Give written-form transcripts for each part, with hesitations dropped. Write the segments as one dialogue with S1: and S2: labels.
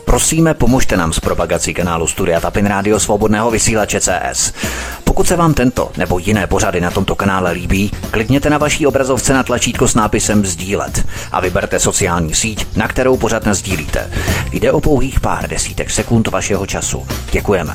S1: Prosíme, pomožte nám s propagací kanálu Studia Tapin Rádio Svobodného vysílače CS. Pokud se vám tento nebo jiné pořady na tomto kanále líbí, klikněte na vaší obrazovce na tlačítko s nápisem sdílet a vyberte sociální síť, na kterou pořad nasdílíte. Jde o pouhých pár desítek sekund vašeho času. Děkujeme.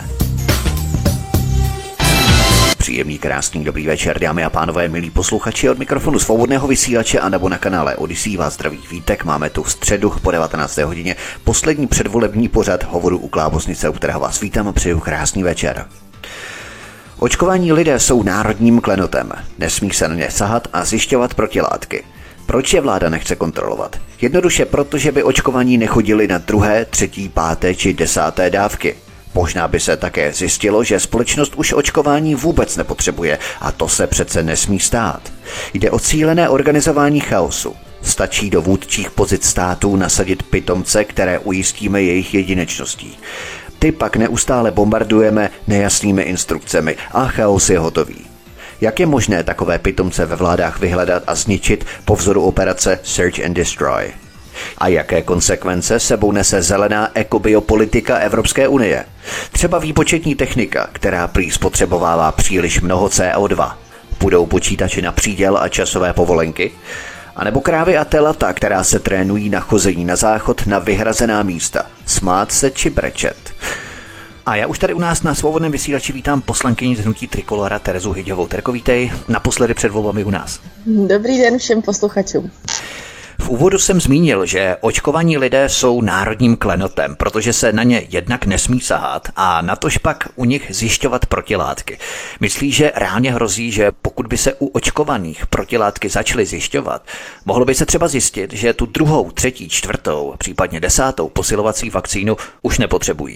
S1: Příjemný, krásný, dobrý večer, dámy a pánové, milí posluchači, od mikrofonu Svobodného vysílače a nebo na kanále Odyssey vás zdraví Vítek. Máme tu v středu po 19. hodině poslední předvolební pořad Hovoru u Klávesnice, u kterého vás vítám a přeju krásný večer. Očkovaní lidé jsou národním klenotem. Nesmí se na ně sahat a zjišťovat protilátky. Proč je vláda nechce kontrolovat? Jednoduše proto, že by očkovaní nechodili na 2., 3., 5. či 10. dávky. Možná by se také zjistilo, že společnost už očkování vůbec nepotřebuje a to se přece nesmí stát. Jde o cílené organizování chaosu. Stačí do vůdčích pozic států nasadit pitomce, které ujistíme jejich jedinečností. Ty pak neustále bombardujeme nejasnými instrukcemi a chaos je hotový. Jak je možné takové pitomce ve vládách vyhledat a zničit po vzoru operace Search and Destroy? A jaké konsekvence sebou nese zelená ekobiopolitika Evropské unie? Třeba výpočetní technika, která prý spotřebovává příliš mnoho CO2. Budou počítači na příděl a časové povolenky? A nebo krávy a telata, která se trénují na chození na záchod na vyhrazená místa? Smát se či brečet? A já už tady u nás na Svobodném vysílači vítám poslankyni z hnutí Trikolora Terezu Hyďhovou. Terko, vítej naposledy před volbami u nás.
S2: Dobrý den všem posluchačům.
S1: V úvodu jsem zmínil, že očkovaní lidé jsou národním klenotem, protože se na ně jednak nesmí sahat a natož pak u nich zjišťovat protilátky. Myslíš, že reálně hrozí, že pokud by se u očkovaných protilátky začaly zjišťovat, mohlo by se třeba zjistit, že tu 2., 3., 4., případně 10. posilovací vakcínu už nepotřebují?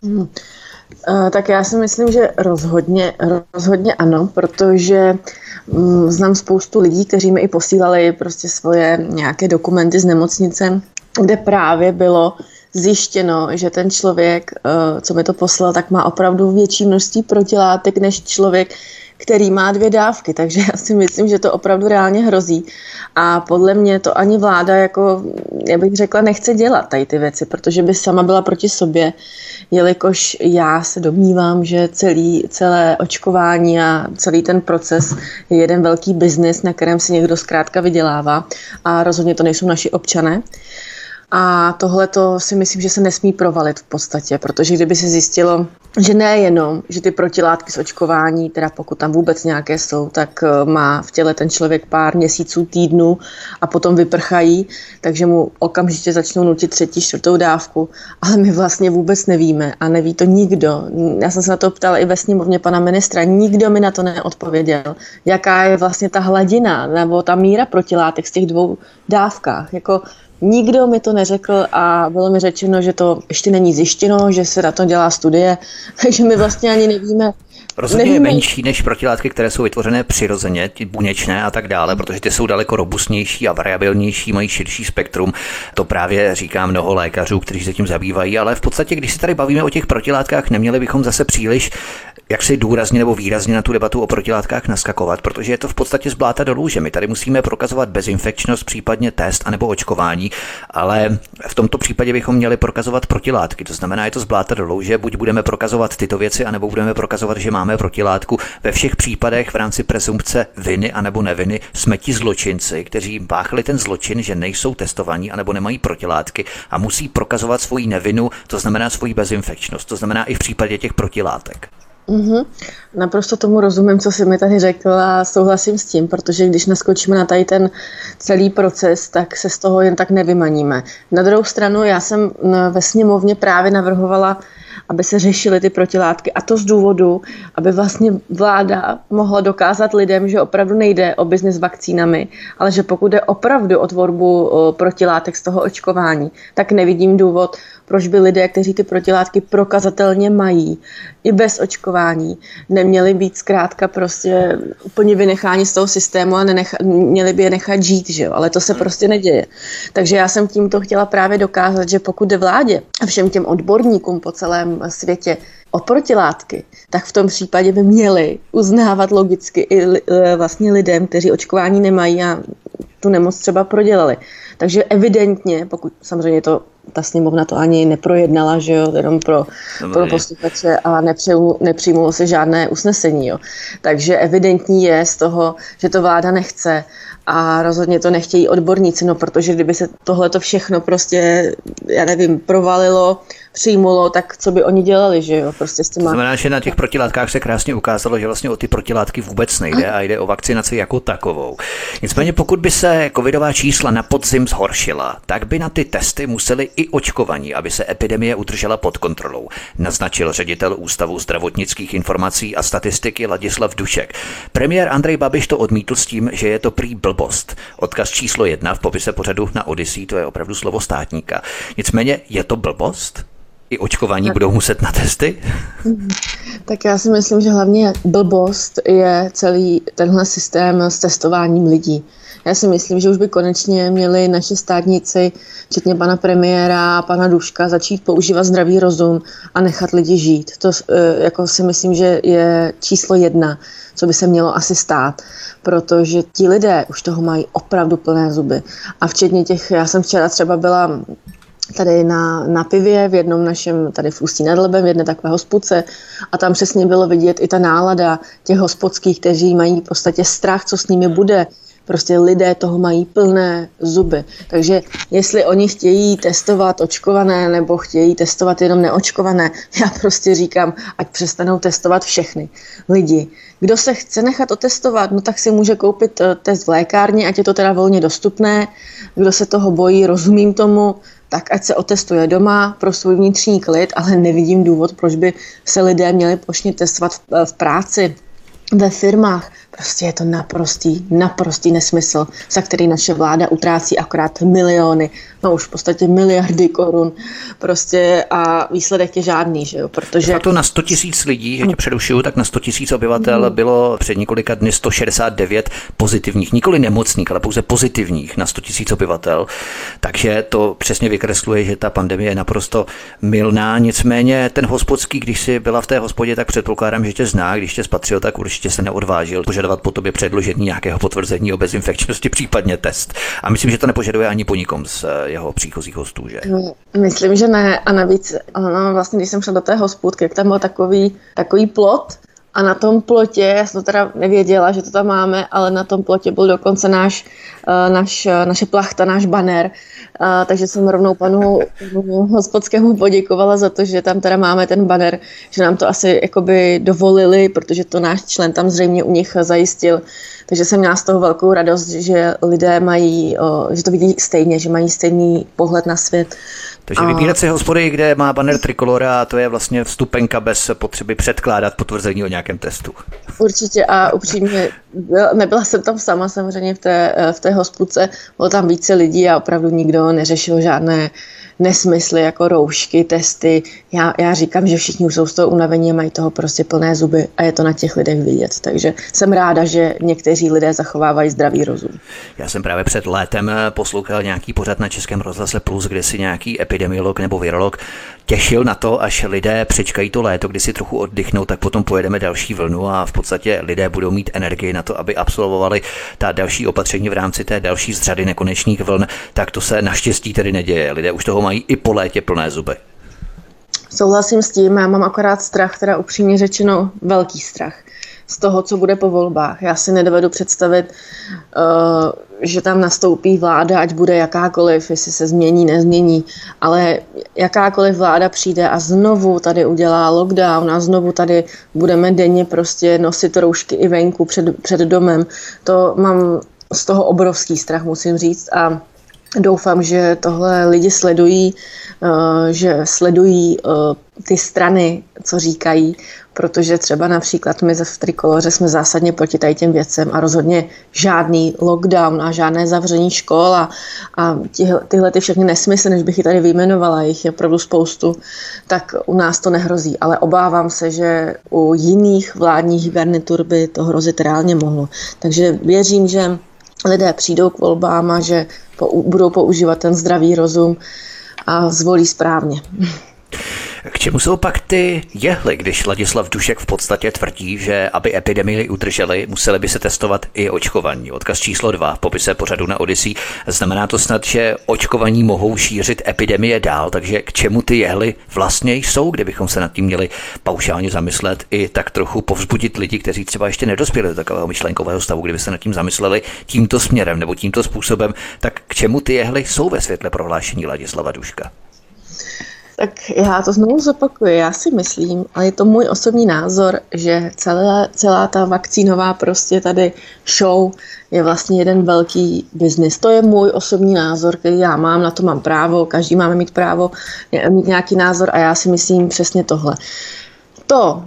S2: Tak já si myslím, že rozhodně ano, protože znám spoustu lidí, kteří mi i posílali prostě svoje nějaké dokumenty z nemocnice, kde právě bylo zjištěno, že ten člověk, co mi to poslal, tak má opravdu větší množství protilátek než člověk, který má 2 dávky, takže já si myslím, že to opravdu reálně hrozí. A podle mě to ani vláda, jako, já bych řekla, nechce dělat tady ty věci, protože by sama byla proti sobě, jelikož já se domnívám, že celé očkování a celý ten proces je jeden velký biznis, na kterém si někdo zkrátka vydělává a rozhodně to nejsou naši občané. A tohle to si myslím, že se nesmí provalit v podstatě, protože kdyby se zjistilo, že nejenom, že ty protilátky z očkování, teda pokud tam vůbec nějaké jsou, tak má v těle ten člověk pár měsíců, týdnů a potom vyprchají, takže mu okamžitě začnou nutit 3., 4. dávku, ale my vlastně vůbec nevíme a neví to nikdo. Já jsem se na to ptala i ve sněmovně pana ministra, nikdo mi na to neodpověděl, jaká je vlastně ta hladina nebo ta míra protilátek z těch 2 dávkách, jako nikdo mi to neřekl a bylo mi řečeno, že to ještě není zjištěno, že se na to dělá studie, takže my vlastně ani nevíme.
S1: Rozhodně je menší než protilátky, které jsou vytvořené přirozeně, ty buněčné a tak dále, protože ty jsou daleko robustnější a variabilnější, mají širší spektrum. To právě říká mnoho lékařů, kteří se tím zabývají, ale v podstatě, když se tady bavíme o těch protilátkách, neměli bychom zase příliš jaksi důrazně nebo výrazně na tu debatu o protilátkách naskakovat, protože je to v podstatě z bláta do lůže. My tady musíme prokazovat bezinfekčnost, případně test anebo očkování, ale v tomto případě bychom měli prokazovat protilátky. To znamená, je to z bláta do lůže, buď budeme prokazovat tyto věci, anebo budeme prokazovat, že máme protilátku. Ve všech případech v rámci presumpce viny anebo neviny jsme ti zločinci, kteří páchali ten zločin, že nejsou testovaní anebo nemají protilátky a musí prokazovat svoji nevinu, to znamená svoji bezinfekčnost. To znamená i v případě těch protilátek.
S2: Naprosto tomu rozumím, co jsi mi tady řekl a souhlasím s tím, protože když naskočíme na tady ten celý proces, tak se z toho jen tak nevymaníme. Na druhou stranu já jsem ve sněmovně právě navrhovala, aby se řešily ty protilátky a to z důvodu, aby vlastně vláda mohla dokázat lidem, že opravdu nejde o biznis s vakcínami, ale že pokud jde opravdu o tvorbu protilátek z toho očkování, tak nevidím důvod, proč by lidé, kteří ty protilátky prokazatelně mají, i bez očkování, neměli být zkrátka prostě úplně vynecháni z toho systému a měli by je nechat žít, že jo? Ale to se prostě neděje. Takže já jsem tímto chtěla právě dokázat, že pokud jde vládě a všem těm odborníkům po celém světě o protilátky, tak v tom případě by měli uznávat logicky i vlastně lidem, kteří očkování nemají a tu nemoc třeba prodělali. Takže evidentně, pokud samozřejmě to ta sněmovna to ani neprojednala, že jo, jenom pro posluchače a nepřijmulo se žádné usnesení, jo. Takže evidentní je z toho, že to vláda nechce a rozhodně to nechtějí odborníci, no protože kdyby se tohleto všechno prostě, já nevím, provalilo, přijmulo, tak co by oni dělali, že jo? Prostě s těma...
S1: To znamená, že na těch protilátkách se krásně ukázalo, že vlastně o ty protilátky vůbec nejde a jde o vakcinaci jako takovou. Nicméně pokud by se covidová čísla na podzim zhoršila, tak by na ty testy museli i očkovaní, aby se epidemie udržela pod kontrolou, naznačil ředitel Ústavu zdravotnických informací a statistiky Ladislav Dušek. Premiér Andrej Babiš to odmítl s tím, že je to prý blbost. Odkaz číslo 1 v popise pořadu na Odyssey, to je opravdu slovo státníka. Nicméně je to blbost? I očkovaní budou muset na testy?
S2: Tak já si myslím, že hlavně blbost je celý tenhle systém s testováním lidí. Já si myslím, že už by konečně měli naši státníci, včetně pana premiéra a pana Duška, začít používat zdravý rozum a nechat lidi žít. To jako si myslím, že je číslo 1, co by se mělo asi stát, protože ti lidé už toho mají opravdu plné zuby. A včetně těch, já jsem včera třeba byla tady na pivě v jednom našem, tady v Ústí nad Labem, v jedné takové hospodce a tam přesně bylo vidět i ta nálada těch hospodských, kteří mají v podstatě strach, co s nimi bude. Prostě lidé toho mají plné zuby. Takže jestli oni chtějí testovat očkované nebo chtějí testovat jenom neočkované, já prostě říkám, ať přestanou testovat všechny lidi. Kdo se chce nechat otestovat, no tak si může koupit test v lékárně, ať je to teda volně dostupné. Kdo se toho bojí, rozumím tomu, tak ať se otestuje doma pro svůj vnitřní klid, ale nevidím důvod, proč by se lidé měli plošně testovat v práci, ve firmách. Prostě je to naprostý nesmysl, za který naše vláda utrácí akorát miliony, no už v podstatě miliardy korun. Prostě a výsledek je žádný, že jo, protože... A
S1: to na 100 000 lidí, že tě přerušuju, tak na 100 000 obyvatel bylo před několika dny 169 pozitivních, nikoli nemocných, ale pouze pozitivních na 100 000 obyvatel. Takže to přesně vykresluje, že ta pandemie je naprosto mylná. Nicméně ten hospodský, když si byla v té hospodě, tak předpokládám, že tě zná, když tě spatřil, tak určitě se neodvážil požadovat po tobě předložení nějakého potvrzení o bezinfekčnosti, případně test. A myslím, že to nepožaduje ani po nikom z jeho příchozích hostů, že?
S2: Myslím, že ne. A navíc, no, vlastně, když jsem šla do té hospůdky, jak tam byl takový plot a na tom plotě, já jsem to teda nevěděla, že to tam máme, ale na tom plotě byl dokonce naše plachta, náš banner. Takže jsem rovnou panu hospodskému poděkovala za to, že tam teda máme ten banner, že nám to asi jakoby dovolili, protože to náš člen tam zřejmě u nich zajistil. Takže jsem měla z toho velkou radost, že lidé mají, že to vidí stejně, že mají stejný pohled na svět.
S1: Takže vybírat si hospody, kde má banner Trikolora, a to je vlastně vstupenka bez potřeby předkládat potvrzení o nějakém testu.
S2: Určitě a upřímně, nebyla jsem tam sama samozřejmě v té hospodce, bylo tam více lidí a opravdu nikdo neřešil žádné nesmysly jako roušky, testy. Já říkám, že všichni už jsou z toho unavení a mají toho prostě plné zuby a je to na těch lidech vidět. Takže jsem ráda, že někteří lidé zachovávají zdravý rozum.
S1: Já jsem právě před létem poslouchal nějaký pořad na Českém rozhlase Plus, kde si nějaký epidemiolog nebo virolog těšil na to, až lidé přečkají to léto, kdy si trochu oddychnou, tak potom pojedeme další vlnu a v podstatě lidé budou mít energii na to, aby absolvovali ta další opatření v rámci té další z řady nekonečných vln. Tak to se naštěstí tedy neděje. Lidé už toho mají i po létě plné zuby.
S2: Souhlasím s tím, já mám akorát strach, teda upřímně řečeno velký strach z toho, co bude po volbách. Já si nedovedu představit, že tam nastoupí vláda, ať bude jakákoliv, jestli se změní, nezmění, ale jakákoliv vláda přijde a znovu tady udělá lockdown a znovu tady budeme denně prostě nosit roušky i venku před domem. To mám z toho obrovský strach, musím říct, a doufám, že tohle lidi sledují, že sledují ty strany, co říkají, protože třeba například my v Trikoloře jsme zásadně proti tady těm věcem a rozhodně žádný lockdown a žádné zavření škol a tyhle ty všechny nesmysly, než bych je tady vyjmenovala, jich je opravdu spoustu, tak u nás to nehrozí, ale obávám se, že u jiných vládních garnitur by to hrozit reálně mohlo. Takže věřím, že lidé přijdou k volbám a že budou používat ten zdravý rozum a zvolí správně.
S1: K čemu jsou pak ty jehly, když Ladislav Dušek v podstatě tvrdí, že aby epidemii udrželi, museli by se testovat i očkovaní. Odkaz číslo 2 v popise pořadu na Odyssey. Znamená to snad, že očkovaní mohou šířit epidemie dál, takže k čemu ty jehly vlastně jsou, kdybychom se nad tím měli paušálně zamyslet i tak trochu povzbudit lidi, kteří třeba ještě nedospěli do takového myšlenkového stavu, kdyby se nad tím zamysleli tímto směrem nebo tímto způsobem, tak k čemu ty jehly jsou ve světle prohlášení Ladislava Duška?
S2: Tak já to znovu zopakuju. Já si myslím, ale je to můj osobní názor, že celá ta vakcínová prostě tady show je vlastně jeden velký biznis. To je můj osobní názor, který já mám, na to mám právo, každý máme mít právo mít nějaký názor a já si myslím přesně tohle. To,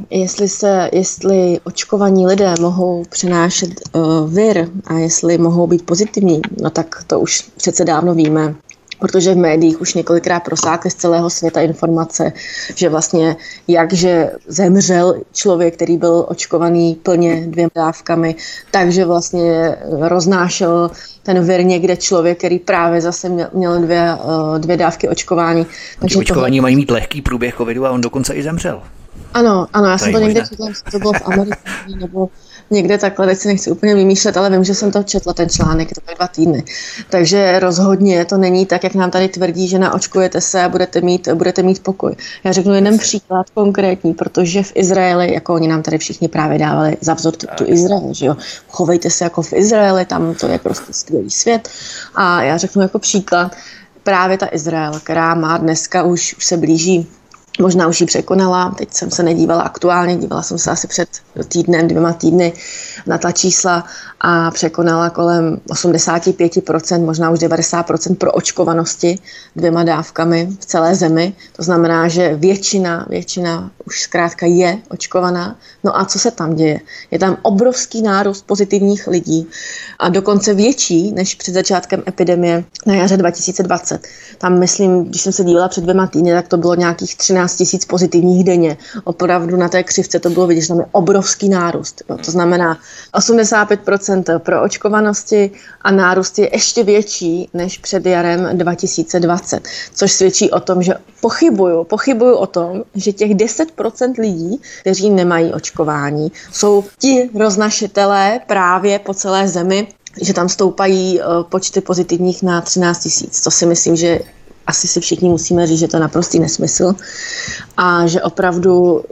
S2: jestli očkovaní lidé mohou přenášet vir a jestli mohou být pozitivní, no tak to už přece dávno víme. Protože v médiích už několikrát prosákly z celého světa informace, že vlastně jakže zemřel člověk, který byl očkovaný plně 2 dávkami, takže vlastně roznášel ten vir někde člověk, který právě zase měl 2 dávky očkování.
S1: Takže očkování mají mít lehký průběh covidu a on dokonce i zemřel.
S2: Ano, já jsem to někde četla, to bylo v Americe, nebo někde takhle, teď si nechci úplně vymýšlet, ale vím, že jsem to četla, ten článek, je to tak 2 týdny. Takže rozhodně to není tak, jak nám tady tvrdí, že naočkujete se a budete mít pokoj. Já řeknu jeden příklad konkrétní, protože v Izraeli, jako oni nám tady všichni právě dávali za vzor tu Izrael, že jo, chovejte se jako v Izraeli, tam to je prostě skvělý svět. A já řeknu jako příklad, právě ta Izrael, která má dneska už se blíží, možná už ji překonala, teď jsem se nedívala aktuálně, dívala jsem se asi před 2 týdny na ta čísla a překonala kolem 85%, možná už 90% pro očkovanosti 2 dávkami v celé zemi. To znamená, že většina už zkrátka je očkovaná. No a co se tam děje? Je tam obrovský nárůst pozitivních lidí a dokonce větší než před začátkem epidemie na jaře 2020. Tam myslím, když jsem se dívala před 2 týdny, tak to bylo nějakých 13 000 pozitivních denně. Opravdu na té křivce to bylo vidět, že tam je obrovský nárůst. To znamená 85% pro očkovanosti a nárůst je ještě větší než před jarem 2020, což svědčí o tom, že pochybuju o tom, že těch 10% lidí, kteří nemají očkování, jsou ti roznašitelé právě po celé zemi, že tam stoupají počty pozitivních na 13 000. To si myslím, že asi si všichni musíme říct, že to je naprostý nesmysl a že opravdu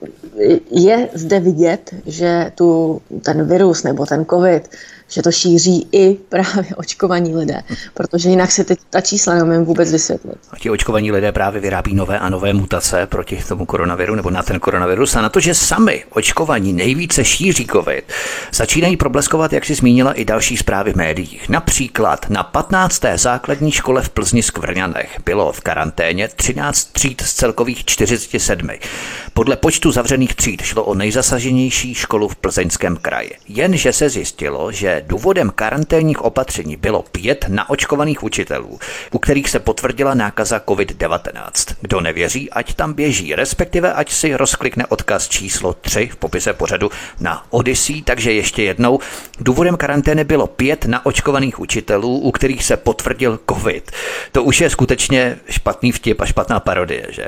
S2: je zde vidět, že ten virus nebo ten covid, že to šíří i právě očkovaní lidé, protože jinak si ta čísla neumím vůbec vysvětlit.
S1: A ti očkovaní lidé právě vyrábí nové a nové mutace proti tomu koronaviru nebo na ten koronavirus a na to, že sami očkovaní nejvíce šíří covid, začínají probleskovat, jak si zmínila, i další zprávy v médiích. Například na 15. základní škole v Plzni Skvrňanech bylo v karanténě 13 tříd z celkových 47. Podle počtu zavřených tříd šlo o nejzasaženější školu v Plzeňském kraji. Jenže se zjistilo, že důvodem karanténních opatření bylo 5 naočkovaných učitelů, u kterých se potvrdila nákaza COVID-19. Kdo nevěří, ať tam běží, respektive ať si rozklikne odkaz číslo 3 v popise pořadu na Odyssey. Takže ještě jednou, důvodem karantény bylo 5 naočkovaných učitelů, u kterých se potvrdil COVID. To už je skutečně špatný vtip a špatná parodie, že?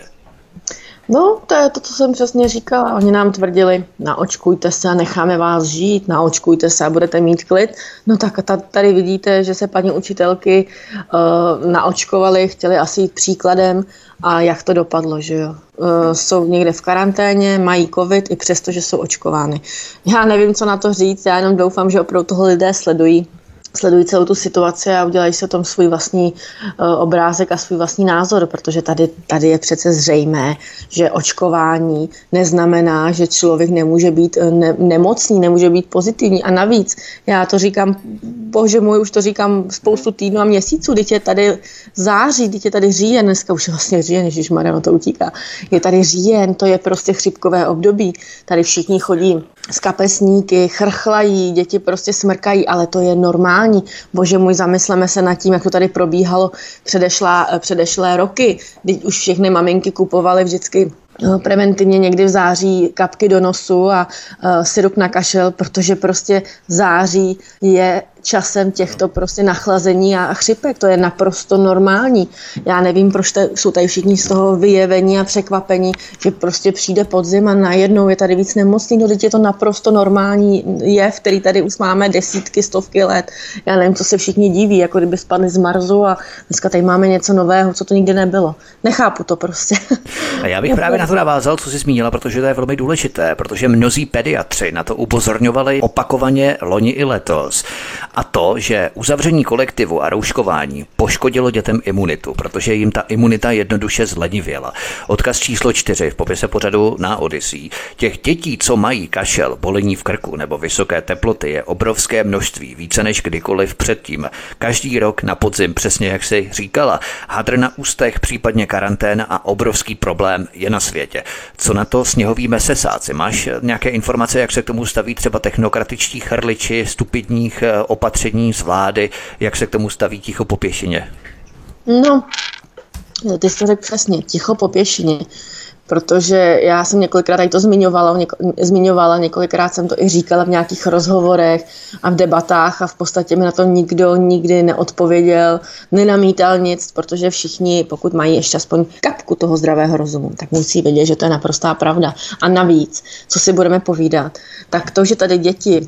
S2: No, to je to, co jsem přesně říkala. Oni nám tvrdili, naočkujte se a necháme vás žít, naočkujte se a budete mít klid. No tak tady vidíte, že se paní učitelky naočkovaly, chtěli asi jít příkladem a jak to dopadlo, že jo. Jsou někde v karanténě, mají covid i přesto, že jsou očkovány. Já nevím, co na to říct, já jenom doufám, že opravdu toho lidé sledují celou tu situaci a udělají si o tom svůj vlastní obrázek a svůj vlastní názor, protože tady je přece zřejmé, že očkování neznamená, že člověk nemůže být nemocný, nemůže být pozitivní. A navíc, já to říkám, bože můj, už to říkám spoustu týdnů a měsíců, teď je tady září, teď je tady říjen, dneska už je vlastně říjen, ježišmarja, to utíká. Je tady říjen, to je prostě chřipkové období, tady všichni chodí z kapesníky, chrchlají, děti prostě smrkají, ale to je normální. Bože můj, zamysleme se nad tím, jak to tady probíhalo předešlé roky, kdy už všechny maminky kupovaly vždycky preventivně někdy v září kapky do nosu a sirup na kašel, protože prostě září je časem těchto prostě nachlazení a chřipek. To je naprosto normální. Já nevím, proč jsou tady všichni z toho vyjevení a překvapení, že prostě přijde podzim a najednou je tady víc nemocný. No, teď je to naprosto normální jev, který tady už máme desítky, stovky let. Já nevím, co se všichni diví, jako kdyby spadli z Marsu a dneska tady máme něco nového, co to nikdy nebylo. Nechápu to prostě.
S1: A já bych právě na to navázal, co jsi zmínila, protože to je velmi důležité, protože mnozí pediatři na to upozorňovali opakovaně loni i letos. A to, že uzavření kolektivu a rouškování poškodilo dětem imunitu, protože jim ta imunita jednoduše zlenivěla. Odkaz číslo 4 v popise pořadu na Odyssey. Těch dětí, co mají kašel, bolení v krku nebo vysoké teploty, je obrovské množství, více než kdykoliv předtím. Každý rok na podzim, přesně jak jsi říkala, hadr na ústech, případně karanténa a obrovský problém je na světě. Co na to sněhoví mesesáci? Máš nějaké informace, jak se k tomu staví třeba technokratičtí chrliči stupidních opatření z vlády, jak se k tomu staví ticho po pěšině?
S2: No, ty jsi to řekl přesně, ticho po pěšině. Protože já jsem několikrát tady to zmiňovala, několikrát jsem to i říkala v nějakých rozhovorech a v debatách a v podstatě mi na to nikdo nikdy neodpověděl, nenamítal nic, protože všichni, pokud mají ještě aspoň kapku toho zdravého rozumu, tak musí vědět, že to je naprostá pravda. A navíc, co si budeme povídat, tak to, že tady děti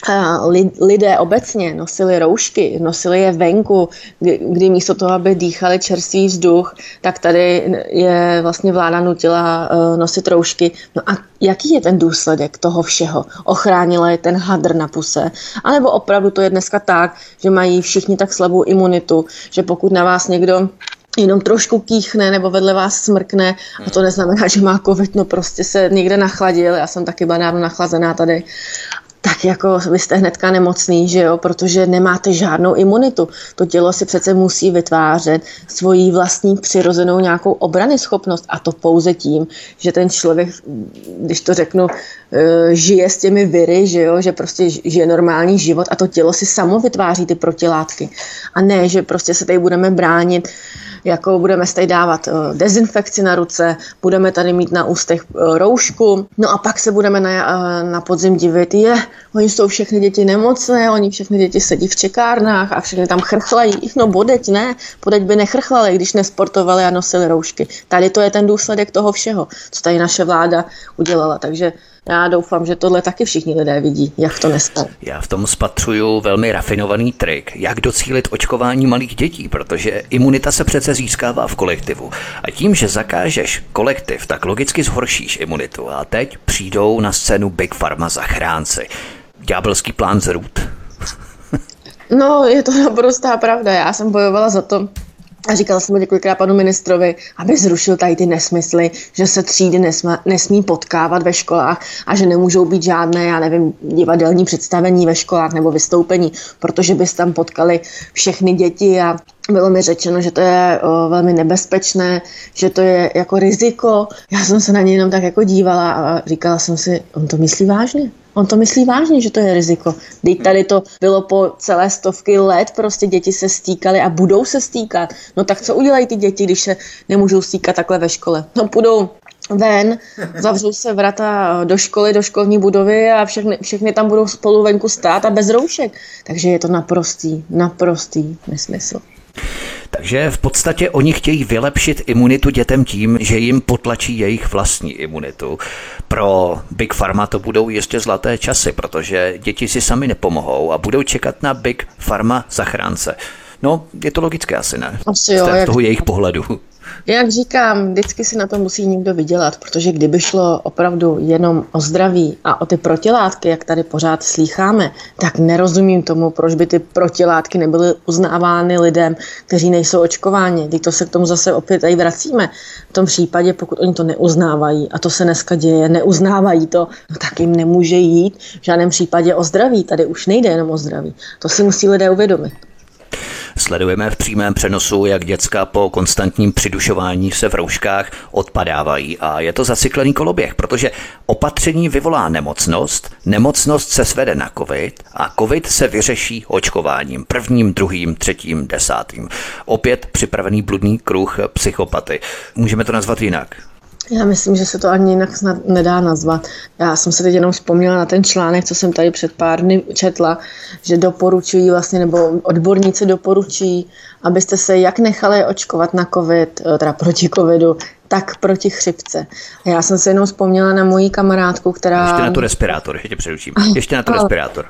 S2: lidé obecně nosili roušky, nosili je venku, kdy místo toho, aby dýchali čerstvý vzduch, tak tady je vlastně vláda nutila nosit roušky. No a jaký je ten důsledek toho všeho? Ochránila je ten hadr na puse? A nebo opravdu to je dneska tak, že mají všichni tak slabou imunitu, že pokud na vás někdo jenom trošku kýchne nebo vedle vás smrkne, a to neznamená, že má covid, no prostě se někde nachladil, já jsem taky byla dávno nachlazená tady, tak jako vy jste hnedka nemocný, že jo, protože nemáte žádnou imunitu. To tělo si přece musí vytvářet svoji vlastní přirozenou nějakou obranyschopnost a to pouze tím, že ten člověk, když to řeknu, žije s těmi viry, že jo, že prostě žije normální život a to tělo si samo vytváří ty protilátky. A ne, že prostě se tady budeme bránit, jako budeme si tady dávat dezinfekci na ruce, budeme tady mít na ústech roušku, no a pak se budeme na podzim divit, oni jsou všechny děti nemocné, oni všechny děti sedí v čekárnách a všechny tam chrchlají. No bodeť by nechrchlali, když nesportovali a nosili roušky. Tady to je ten důsledek toho všeho, co tady naše vláda udělala, takže já doufám, že tohle taky všichni lidé vidí, jak to nestane.
S1: Já v tom spatřuju velmi rafinovaný trik, jak docílit očkování malých dětí, protože imunita se přece získává v kolektivu. A tím, že zakážeš kolektiv, tak logicky zhoršíš imunitu. A teď přijdou na scénu Big Pharma zachránci. Ďábelský plán zrůd.
S2: No, je to naprostá pravda. Já jsem bojovala za to, a říkala jsem několikrát panu ministrovi, aby zrušil tady ty nesmysly, že se třídy nesmí potkávat ve školách a že nemůžou být žádné, já nevím, divadelní představení ve školách nebo vystoupení, protože bys tam potkali všechny děti a bylo mi řečeno, že to je velmi nebezpečné, že to je jako riziko. Já jsem se na něj jenom tak jako dívala a říkala jsem si, on to myslí vážně. On to myslí vážně, že to je riziko. Teď tady to bylo po celé stovky let, prostě děti se stýkaly a budou se stýkat. No tak co udělají ty děti, když se nemůžou stýkat takhle ve škole? No půjdou ven, zavřou se vrata do školy, do školní budovy a všechny tam budou spolu venku stát a bez roušek. Takže je to naprostý nesmysl.
S1: Takže v podstatě oni chtějí vylepšit imunitu dětem tím, že jim potlačí jejich vlastní imunitu. Pro Big Pharma to budou ještě zlaté časy, protože děti si sami nepomohou a budou čekat na Big Pharma zachránce. No, je to logické asi, ne?
S2: Asi jo,
S1: z toho jejich pohledu.
S2: Jak říkám, vždycky si na to musí někdo vydělat, protože kdyby šlo opravdu jenom o zdraví a o ty protilátky, jak tady pořád slýcháme, tak nerozumím tomu, proč by ty protilátky nebyly uznávány lidem, kteří nejsou očkováni. Teď to se k tomu zase opět tady vracíme. V tom případě, pokud oni to neuznávají, a to se dneska děje, neuznávají to, no tak jim nemůže jít v žádném případě o zdraví. Tady už nejde jenom o zdraví. To si musí lidé uvědomit.
S1: Sledujeme v přímém přenosu, jak děcka po konstantním přidušování se v rouškách odpadávají a je to zacyklený koloběh, protože opatření vyvolá nemocnost, nemocnost se svede na covid a covid se vyřeší očkováním, 1., 2., 3., 10. Opět připravený bludný kruh psychopaty. Můžeme to nazvat jinak?
S2: Já myslím, že se to ani jinak snad nedá nazvat. Já jsem se teď jenom vzpomněla na ten článek, co jsem tady před pár dny četla, že doporučují vlastně, nebo odborníci doporučují, abyste se jak nechali očkovat na covid, teda proti covidu, tak proti chřipce. A já jsem se jenom vzpomněla na moji kamarádku, která...
S1: Ještě na tu respirátor, ještě tě přeruším. Ještě na tu respirátor.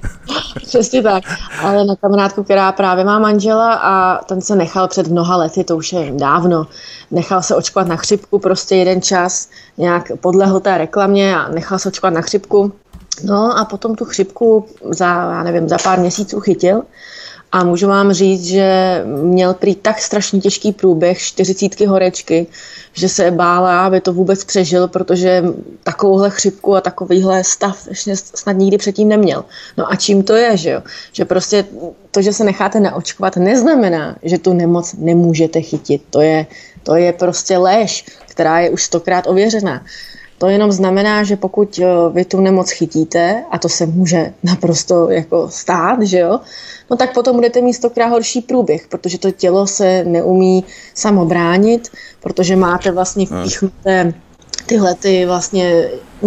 S2: Přesně tak, ale na kamarádku, která právě má manžela a ten se nechal před mnoha lety, to už je dávno, nechal se očkovat na chřipku, prostě jeden čas nějak podlehl té reklamě a nechal se očkovat na chřipku. No a potom tu chřipku za pár měsíců chytil. A můžu vám říct, že měl prý tak strašně těžký průběh, 40 horečky, že se bála, aby to vůbec přežil, protože takovouhle chřipku a takovýhle stav ještě snad nikdy předtím neměl. No a čím to je, že jo? Že prostě to, že se necháte naočkovat, neznamená, že tu nemoc nemůžete chytit. To je prostě lež, která je už 100krát ověřená. To jenom znamená, že pokud vy tu nemoc chytíte, a to se může naprosto jako stát, že jo, no tak potom budete mít 100krát horší průběh, protože to tělo se neumí samo bránit, protože máte vlastně vpíchnuté tyhle ty vlastně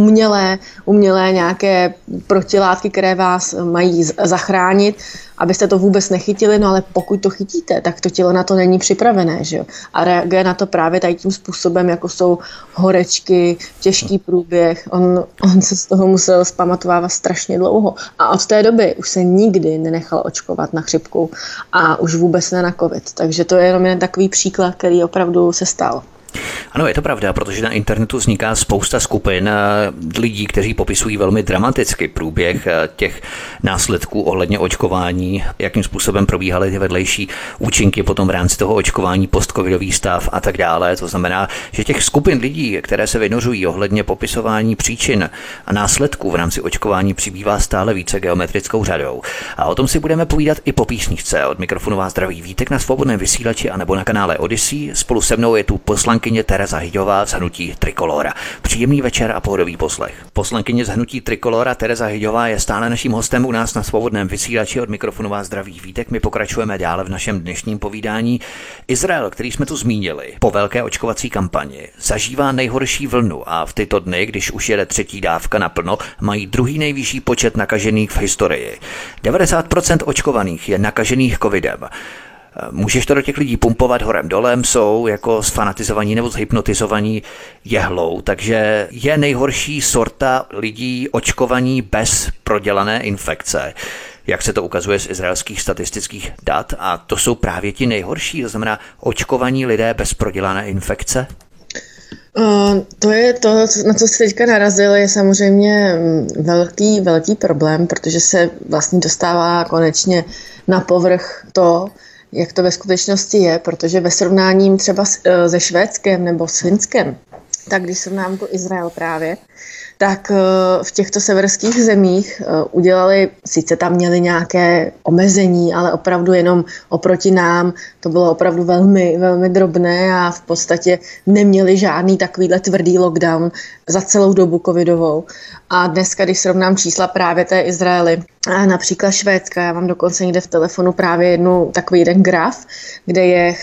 S2: umělé nějaké protilátky, které vás mají zachránit, abyste to vůbec nechytili, no ale pokud to chytíte, tak to tělo na to není připravené, že jo? A reaguje na to právě tady tím způsobem, jako jsou horečky, těžký průběh. On se z toho musel zpamatovávat strašně dlouho. A od té doby už se nikdy nenechal očkovat na chřipku a už vůbec ne na covid. Takže to je jenom jen takový příklad, který opravdu se stal.
S1: Ano, je to pravda, protože na internetu vzniká spousta skupin lidí, kteří popisují velmi dramaticky průběh těch následků ohledně očkování, jakým způsobem probíhaly ty vedlejší účinky potom v rámci toho očkování, postcovidový stav a tak dále. To znamená, že těch skupin lidí, které se vynořují ohledně popisování příčin a následků v rámci očkování, přibývá stále více geometrickou řadou. A o tom si budeme povídat i po písničce. Od mikrofonu vás zdraví Vítek na Svobodném vysílači a nebo na kanále Odyssey. Spolu se mnou je tu poslankyně Tereza Hyďová z hnutí Trikolóra. Příjemný večer a pohodový poslech. Poslankyně z hnutí Trikolóra Tereza Hyďová je stále naším hostem u nás na Svobodném vysílači. Od mikrofonu vás zdraví Vítek. My pokračujeme dále v našem dnešním povídání. Izrael, který jsme tu zmínili, po velké očkovací kampani zažívá nejhorší vlnu a v tyto dny, když už jede třetí dávka naplno, mají druhý nejvyšší počet nakažených v historii. 90% očkovaných je nakažených covidem. Můžeš to do těch lidí pumpovat horem dolem, jsou jako sfanatizovaní nebo zhypnotizovaní jehlou, takže je nejhorší sorta lidí očkovaní bez prodělané infekce, jak se to ukazuje z izraelských statistických dat, a to jsou právě ti nejhorší, to znamená očkovaní lidé bez prodělané infekce?
S2: To je to, na co jste teďka narazil, je samozřejmě velký problém, protože se vlastně dostává konečně na povrch to, jak to ve skutečnosti je, protože ve srovnání třeba se Švédskem nebo s Finskem, tak když srovnám to Izrael právě, tak v těchto severských zemích udělali, sice tam měli nějaké omezení, ale opravdu jenom oproti nám, to bylo opravdu velmi, velmi drobné a v podstatě neměli žádný takovýhle tvrdý lockdown za celou dobu covidovou. A dneska, když srovnám čísla právě té Izraeli a například Švédska, já mám dokonce někde v telefonu právě takový jeden graf, kde je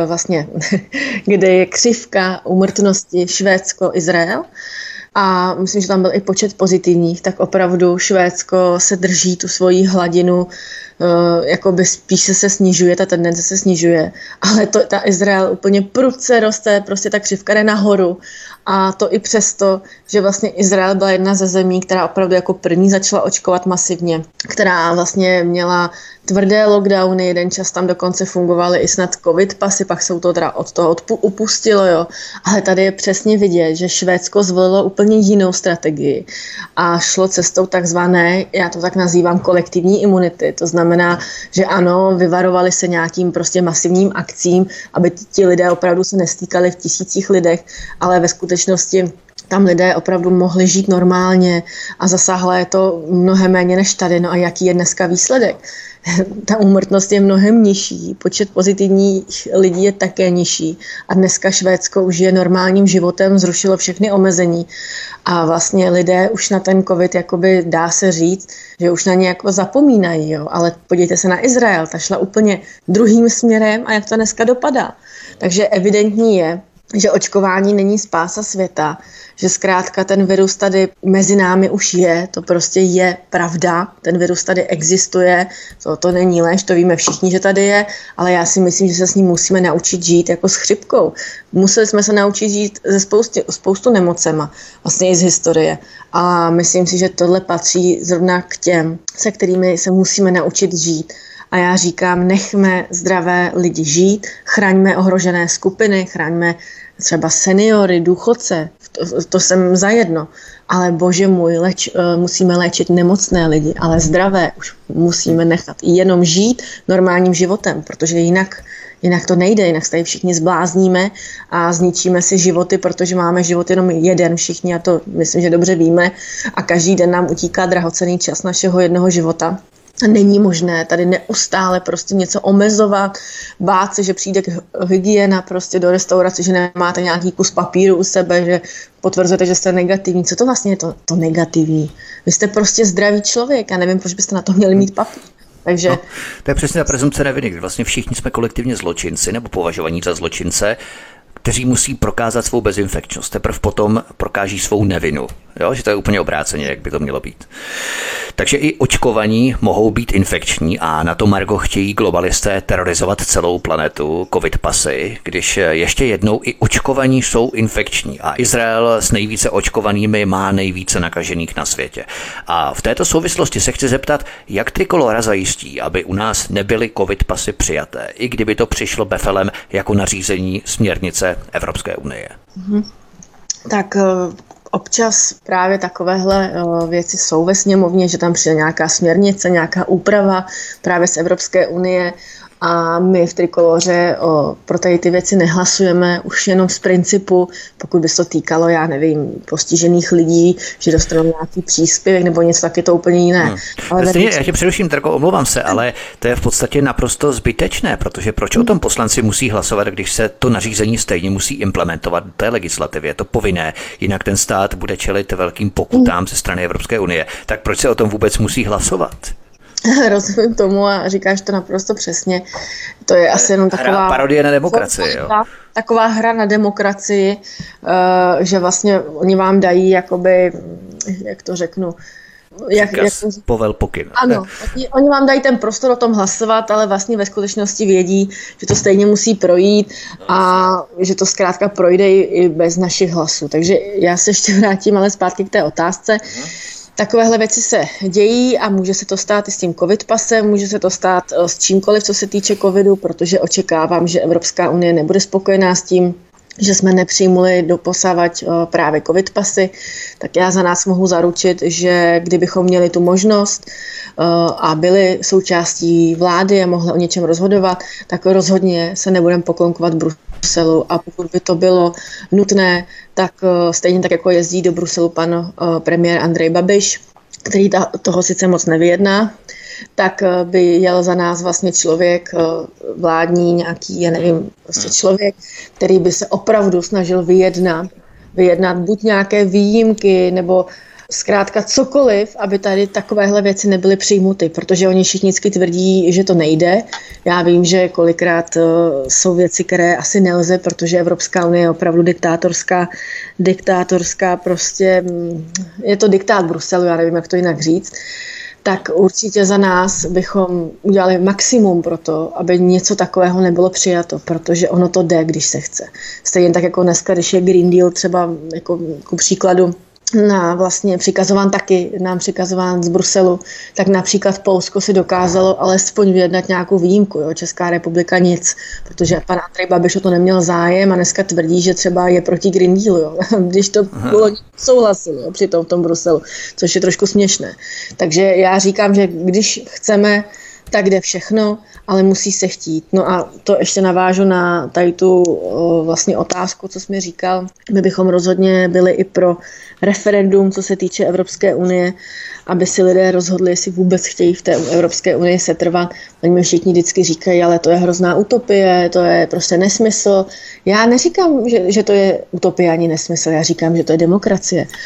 S2: kde je křivka úmrtnosti Švédsko-Izrael. A myslím, že tam byl i počet pozitivních, tak opravdu Švédsko se drží tu svoji hladinu, jakoby spíš se snižuje, ta tendence se snižuje, ale ta Izrael úplně prudce roste, prostě ta křivka jde nahoru, a to i přesto, že vlastně Izrael byla jedna ze zemí, která opravdu jako první začala očkovat masivně, která vlastně měla tvrdé lockdowny, jeden čas tam dokonce fungovaly i snad covid pasy, pak se to teda od toho upustilo, jo. Ale tady je přesně vidět, že Švédsko zvolilo úplně jinou strategii a šlo cestou takzvané, já to tak nazývám, kolektivní imunity. To znamená, že ano, vyvarovali se nějakým prostě masivním akcím, aby ti lidé opravdu se nestýkali v tisících lidech, ale ve skutečnosti tam lidé opravdu mohli žít normálně a zasáhla je to mnohem méně než tady. No a jaký je dneska výsledek? Ta úmrtnost je mnohem nižší, počet pozitivních lidí je také nižší a dneska Švédsko už je normálním životem, zrušilo všechny omezení a vlastně lidé už na ten covid, jakoby dá se říct, že už na ně jako zapomínají, jo? Ale podívejte se na Izrael, ta šla úplně druhým směrem a jak to dneska dopadá. Takže evidentní je, že očkování není spása světa, že zkrátka ten virus tady mezi námi už je, to prostě je pravda, ten virus tady existuje, to není lež, to víme všichni, že tady je, ale já si myslím, že se s ním musíme naučit žít jako s chřipkou. Museli jsme se naučit žít ze spoustu nemocema, vlastně i z historie. A myslím si, že tohle patří zrovna k těm, se kterými se musíme naučit žít. A já říkám, nechme zdravé lidi žít, chraňme ohrožené skupiny, chraňme třeba seniory, důchodce, to jsem zajedno. Ale bože můj, musíme léčit nemocné lidi, ale zdravé už musíme nechat jenom žít normálním životem, protože jinak to nejde, jinak se tady všichni zblázníme a zničíme si životy, protože máme život jenom jeden všichni a to myslím, že dobře víme a každý den nám utíká drahocenný čas našeho jednoho života. Není možné tady neustále prostě něco omezovat, bát se, že přijde hygiena prostě do restaurace, že nemáte nějaký kus papíru u sebe, že potvrzujete, že jste negativní. Co to vlastně je to negativní? Vy jste prostě zdravý člověk, já nevím, proč byste na to měli mít papír. Takže...
S1: No, to je přesně ta prezumce neviny, kdy vlastně všichni jsme kolektivně zločinci nebo považovaní za zločince, kteří musí prokázat svou bezinfekčnost. Teprve potom prokáží svou nevinu. Jo? Že to je úplně obráceně, jak by to mělo být. Takže i očkovaní mohou být infekční a na to margo chtějí globalisté terorizovat celou planetu, covid pasy, když ještě jednou i očkovaní jsou infekční a Izrael s nejvíce očkovanými má nejvíce nakažených na světě. A v této souvislosti se chci zeptat, jak Trikolóra zajistí, aby u nás nebyly covid pasy přijaté, i kdyby to přišlo befelem jako nařízení směrnice Evropské unie.
S2: Tak občas právě takovéhle věci jsou ve sněmovně, že tam přijde nějaká směrnice, nějaká úprava právě z Evropské unie a my v Trikoloře pro tady ty věci nehlasujeme už jenom z principu, pokud by se to týkalo, já nevím, postižených lidí, že dostanou nějaký příspěvek nebo něco, tak je to úplně jiné.
S1: Ale já tě přeruším, Terko, omlouvám se, ale to je v podstatě naprosto zbytečné, protože proč o tom poslanci musí hlasovat, když se to nařízení stejně musí implementovat do té legislativy, je to povinné, jinak ten stát bude čelit velkým pokutám ze strany Evropské unie, tak proč se o tom vůbec musí hlasovat?
S2: Rozumím tomu a říkáš to naprosto přesně. To je asi jenom taková...
S1: Parodie na demokracii, jo.
S2: Taková hra na demokracii, že vlastně oni vám dají jakoby, jak to řeknu,
S1: povel pokyn.
S2: Ano, oni vám dají ten prostor o tom hlasovat, ale vlastně ve skutečnosti vědí, že to stejně musí projít a že to zkrátka projde i bez našich hlasů. Takže já se ještě vrátím ale zpátky k té otázce. Takovéhle věci se dějí a může se to stát i s tím covid pasem, může se to stát s čímkoliv, co se týče covidu, protože očekávám, že Evropská unie nebude spokojená s tím, že jsme nepřijmuli doposavať právě covid pasy, tak já za nás mohu zaručit, že kdybychom měli tu možnost a byli součástí vlády a mohli o něčem rozhodovat, tak rozhodně se nebudeme poklonkovat Bruselu a pokud by to bylo nutné, tak stejně tak, jako jezdí do Bruselu pan premiér Andrej Babiš, který toho sice moc nevyjedná, tak by jel za nás vlastně člověk vládní, nějaký, já nevím, prostě člověk, který by se opravdu snažil vyjednat buď nějaké výjimky, nebo zkrátka cokoliv, aby tady takovéhle věci nebyly přijmuty, protože oni všichni vždycky tvrdí, že to nejde. Já vím, že kolikrát jsou věci, které asi nelze, protože Evropská unie je opravdu diktátorská prostě, je to diktát Bruselu, já nevím, jak to jinak říct. Tak určitě za nás bychom udělali maximum pro to, aby něco takového nebylo přijato, protože ono to jde, když se chce. Stejně tak jako dneska, když je Green Deal třeba jako příkladu, vlastně nám přikazován z Bruselu, tak například Polsko si dokázalo alespoň vyjednat nějakou výjimku, jo? Česká republika nic, protože pan Andrej Babiš o to neměl zájem a dneska tvrdí, že třeba je proti Green Dealu, jo? Když to bylo souhlasil, jo? Při tom v tom Bruselu, což je trošku směšné. Takže já říkám, že když chceme, tak jde všechno, ale musí se chtít. No a to ještě navážu na tady tu vlastně otázku, co jsi mi říkal. My bychom rozhodně byli i pro referendum, co se týče Evropské unie, aby si lidé rozhodli, jestli vůbec chtějí v té Evropské unii setrvat. Oni mi všichni vždycky říkají, ale to je hrozná utopie, to je prostě nesmysl. Já neříkám, že to je utopie ani nesmysl, já říkám, že to je demokracie.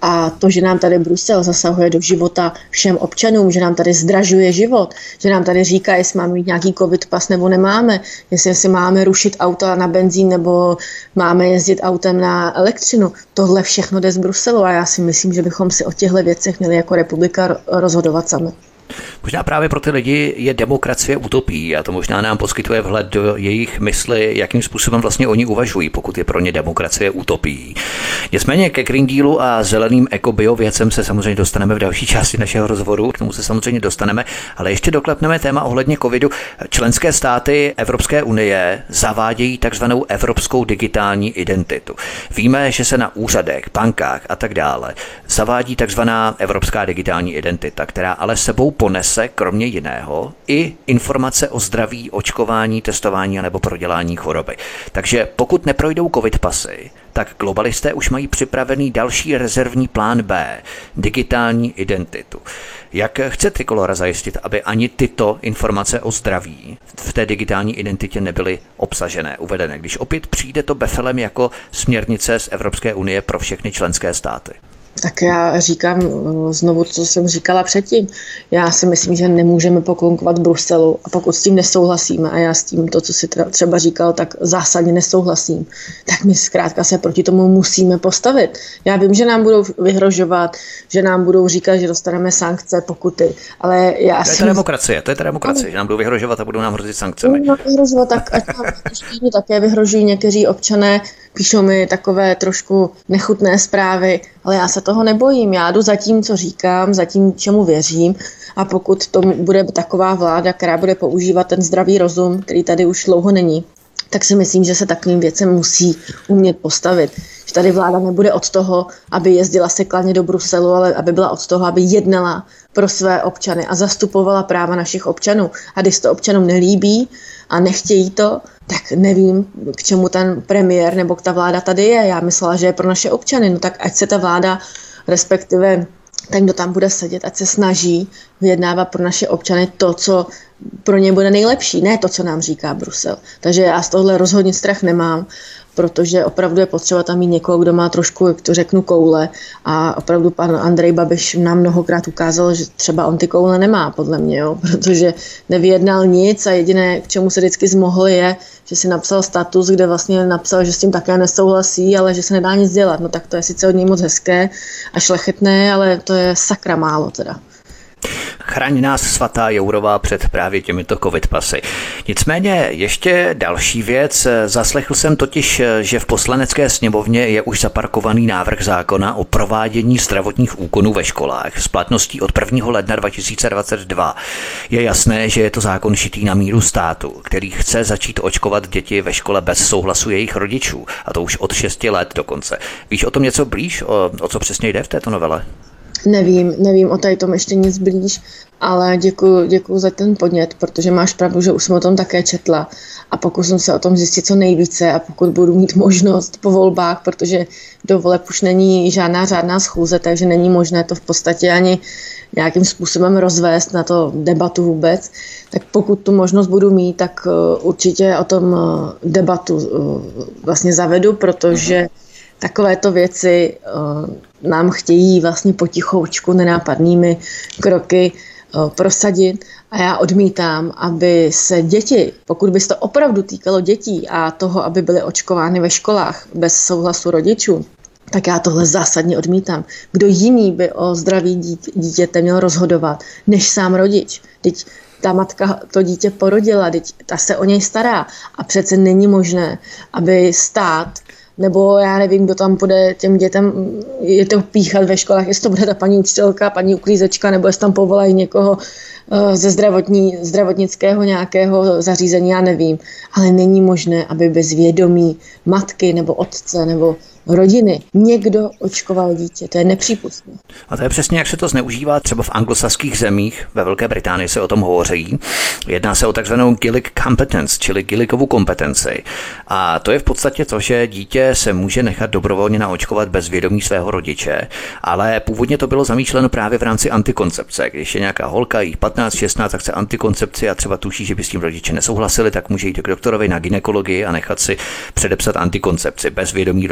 S2: A to, že nám tady Brusel zasahuje do života všem občanům, že nám tady zdražuje život, že nám tady říká, jestli máme mít nějaký covid pas nebo nemáme, jestli máme rušit auta na benzín nebo máme jezdit autem na elektřinu. Tohle všechno jde z Bruselu a já si myslím, že bychom si o těchto věcech měli jako republika rozhodovat sami.
S1: Možná právě pro ty lidi je demokracie utopií a to možná nám poskytuje vhled do jejich mysli, jakým způsobem vlastně oni uvažují, pokud je pro ně demokracie utopií. Nicméně ke Green Dealu a zeleným ekobio věcem se samozřejmě dostaneme v další části našeho rozhovoru, k tomu se samozřejmě dostaneme, ale ještě doklepneme téma ohledně covidu. Členské státy Evropské unie zavádějí takzvanou evropskou digitální identitu. Víme, že se na úřadech, bankách a tak dále zavádí takzvaná evropská digitální identita, která ale sebou ponese kromě jiného i informace o zdraví, očkování, testování nebo prodělání choroby. Takže pokud neprojdou covid pasy, tak globalisté už mají připravený další rezervní plán B, digitální identitu. Jak chce Trikolora zajistit, aby ani tyto informace o zdraví v té digitální identitě nebyly obsažené, uvedené, když opět přijde to befelem jako směrnice z Evropské unie pro všechny členské státy?
S2: Tak já říkám znovu, co jsem říkala předtím. Já si myslím, že nemůžeme poklonkovat Bruselu a pokud s tím nesouhlasíme a já s tím to, co si třeba říkal, tak zásadně nesouhlasím, tak my zkrátka se proti tomu musíme postavit. Já vím, že nám budou vyhrožovat, že nám budou říkat, že dostaneme sankce, pokuty, ale já
S1: to je ta demokracie, že nám budou vyhrožovat a budou nám hrozit sankcemi.
S2: Vyhrožovat, tak ať nám také vyhrožují někteří občané, píšou mi takové trošku nechutné zprávy, ale já se toho nebojím. Já jdu za tím, co říkám, za tím, čemu věřím a pokud to bude taková vláda, která bude používat ten zdravý rozum, který tady už dlouho není, tak si myslím, že se takovým věcem musí umět postavit. Že tady vláda nebude od toho, aby jezdila sekladně do Bruselu, ale aby byla od toho, aby jednala pro své občany a zastupovala práva našich občanů. A když to občanům nelíbí a nechtějí to, tak nevím, k čemu ten premiér nebo ta vláda tady je. Já myslela, že je pro naše občany, no tak ať se ta vláda, respektive ten, kdo tam bude sedět, ať se snaží vyjednávat pro naše občany to, co pro ně bude nejlepší, ne to, co nám říká Brusel. Takže já z tohle rozhodně strach nemám, protože opravdu je potřeba tam mít někoho, kdo má trošku, jak to řeknu, koule a opravdu pan Andrej Babiš nám mnohokrát ukázal, že třeba on ty koule nemá, podle mě, jo? Protože nevyjednal nic a jediné, k čemu se vždycky zmohl, je, že si napsal status, kde vlastně napsal, že s tím také nesouhlasí, ale že se nedá nic dělat. No tak to je sice od něj moc hezké a šlechetné, ale to je sakra málo teda.
S1: Chraň nás svatá Jourová před právě těmito covid pasy. Nicméně ještě další věc. Zaslechl jsem totiž, že v Poslanecké sněmovně je už zaparkovaný návrh zákona o provádění zdravotních úkonů ve školách s platností od 1. ledna 2022. Je jasné, že je to zákon šitý na míru státu, který chce začít očkovat děti ve škole bez souhlasu jejich rodičů, a to už od 6 let dokonce. Víš o tom něco blíž? O co přesně jde v této novele?
S2: Nevím o tady tom ještě nic blíž, ale děkuju za ten podnět, protože máš pravdu, že už jsem o tom také četla a pokusím se o tom zjistit co nejvíce a pokud budu mít možnost po volbách, protože do voleb už není žádná řádná schůze, takže není možné to v podstatě ani nějakým způsobem rozvést na to debatu vůbec, tak pokud tu možnost budu mít, tak určitě o tom debatu vlastně zavedu, protože takovéto věci nám chtějí vlastně potichoučku nenápadnými kroky prosadit a já odmítám, aby se děti, pokud by se to opravdu týkalo dětí a toho, aby byly očkovány ve školách bez souhlasu rodičů, tak já tohle zásadně odmítám. Kdo jiný by o zdraví dítěte měl rozhodovat, než sám rodič? Teď ta matka to dítě porodila, teď ta se o něj stará a přece není možné, aby stát nebo já nevím, kdo tam bude těm dětem je to píchat ve školách, jestli to bude ta paní učitelka, paní uklízečka, nebo jestli tam povolají někoho ze zdravotnického nějakého zařízení, já nevím. Ale není možné, aby bez vědomí matky nebo otce nebo rodiny někdo očkoval dítě. To je nepřípustné.
S1: A to je přesně, jak se to zneužívá třeba v anglosaských zemích, ve Velké Británii se o tom hovoří. Jedná se o takzvanou Gillick competence, čili Gillickovu kompetenci. A to je v podstatě to, že dítě se může nechat dobrovolně naočkovat bez vědomí svého rodiče, ale původně to bylo zamýšleno právě v rámci antikoncepce. Když je nějaká holka, jí 15, 16, tak chce antikoncepci a třeba tuší, že by s tím rodiče nesouhlasili, tak může jít k doktorovi na gynekologii a nechat si předepsat antikoncepci bez vědomí rodiče.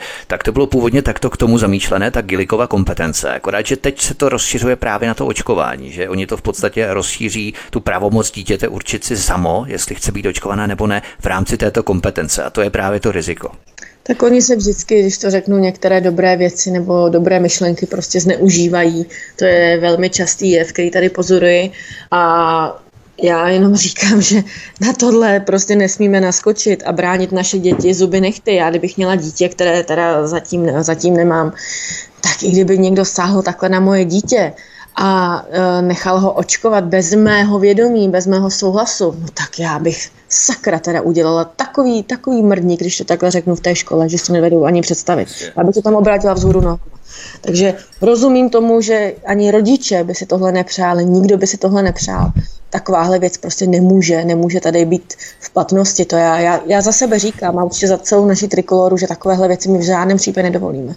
S1: tak to bylo původně takto k tomu zamýšlené, ta Gillikova kompetence. Akorát, že teď se to rozšiřuje právě na to očkování, že oni to v podstatě rozšíří tu pravomoc dítěte určit si samo, jestli chce být očkovaná nebo ne, v rámci této kompetence. A to je právě to riziko.
S2: Tak oni se vždycky, když to řeknu, některé dobré věci nebo dobré myšlenky prostě zneužívají. To je velmi častý jev, který tady pozoruji. A já jenom říkám, že na tohle prostě nesmíme naskočit a bránit naše děti zuby nehty. Já kdybych měla dítě, které teda zatím nemám, tak i kdyby někdo sáhl takhle na moje dítě a nechal ho očkovat bez mého vědomí, bez mého souhlasu, no tak já bych sakra teda udělala takový mrdník, když to takhle řeknu v té škole, že si nevedou ani představit. Já bych to tam obrátila vzhůru nohama. Takže rozumím tomu, že ani rodiče by si tohle nepřáli, nikdo by si tohle nepřál. Takováhle věc prostě nemůže tady být v platnosti. To já za sebe říkám a určitě za celou naši trikoloru, že takovéhle věci my v žádném případě nedovolíme.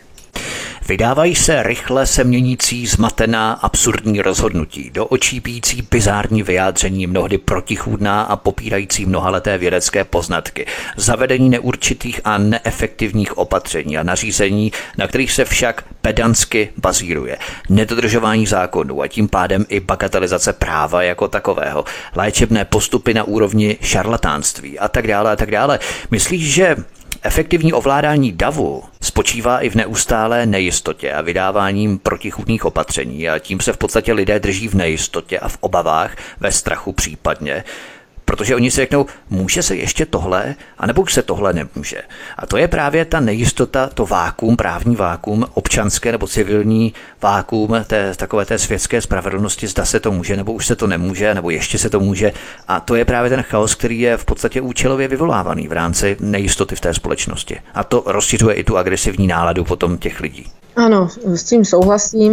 S1: Vydávají se rychle se měnící, zmatená, absurdní rozhodnutí, do očí bijící bizární vyjádření, mnohdy protichůdná a popírající mnohaleté vědecké poznatky, zavedení neurčitých a neefektivních opatření a nařízení, na kterých se však pedantsky bazíruje, nedodržování zákonů a tím pádem i bagatelizace práva jako takového, léčebné postupy na úrovni šarlatánství a tak dále. Myslíš, že efektivní ovládání davu spočívá i v neustálé nejistotě a vydáváním protichůdných opatření a tím se v podstatě lidé drží v nejistotě a v obavách, ve strachu případně, protože oni si řeknou, může se ještě tohle, anebo už se tohle nemůže. A to je právě ta nejistota, to vákuum, právní vákuum, občanské nebo civilní vákuum takové té světské spravedlnosti, zda se to může, nebo už se to nemůže, nebo ještě se to může. A to je právě ten chaos, který je v podstatě účelově vyvolávaný v rámci nejistoty v té společnosti. A to rozšiřuje i tu agresivní náladu potom těch lidí.
S2: Ano, s tím souhlasím.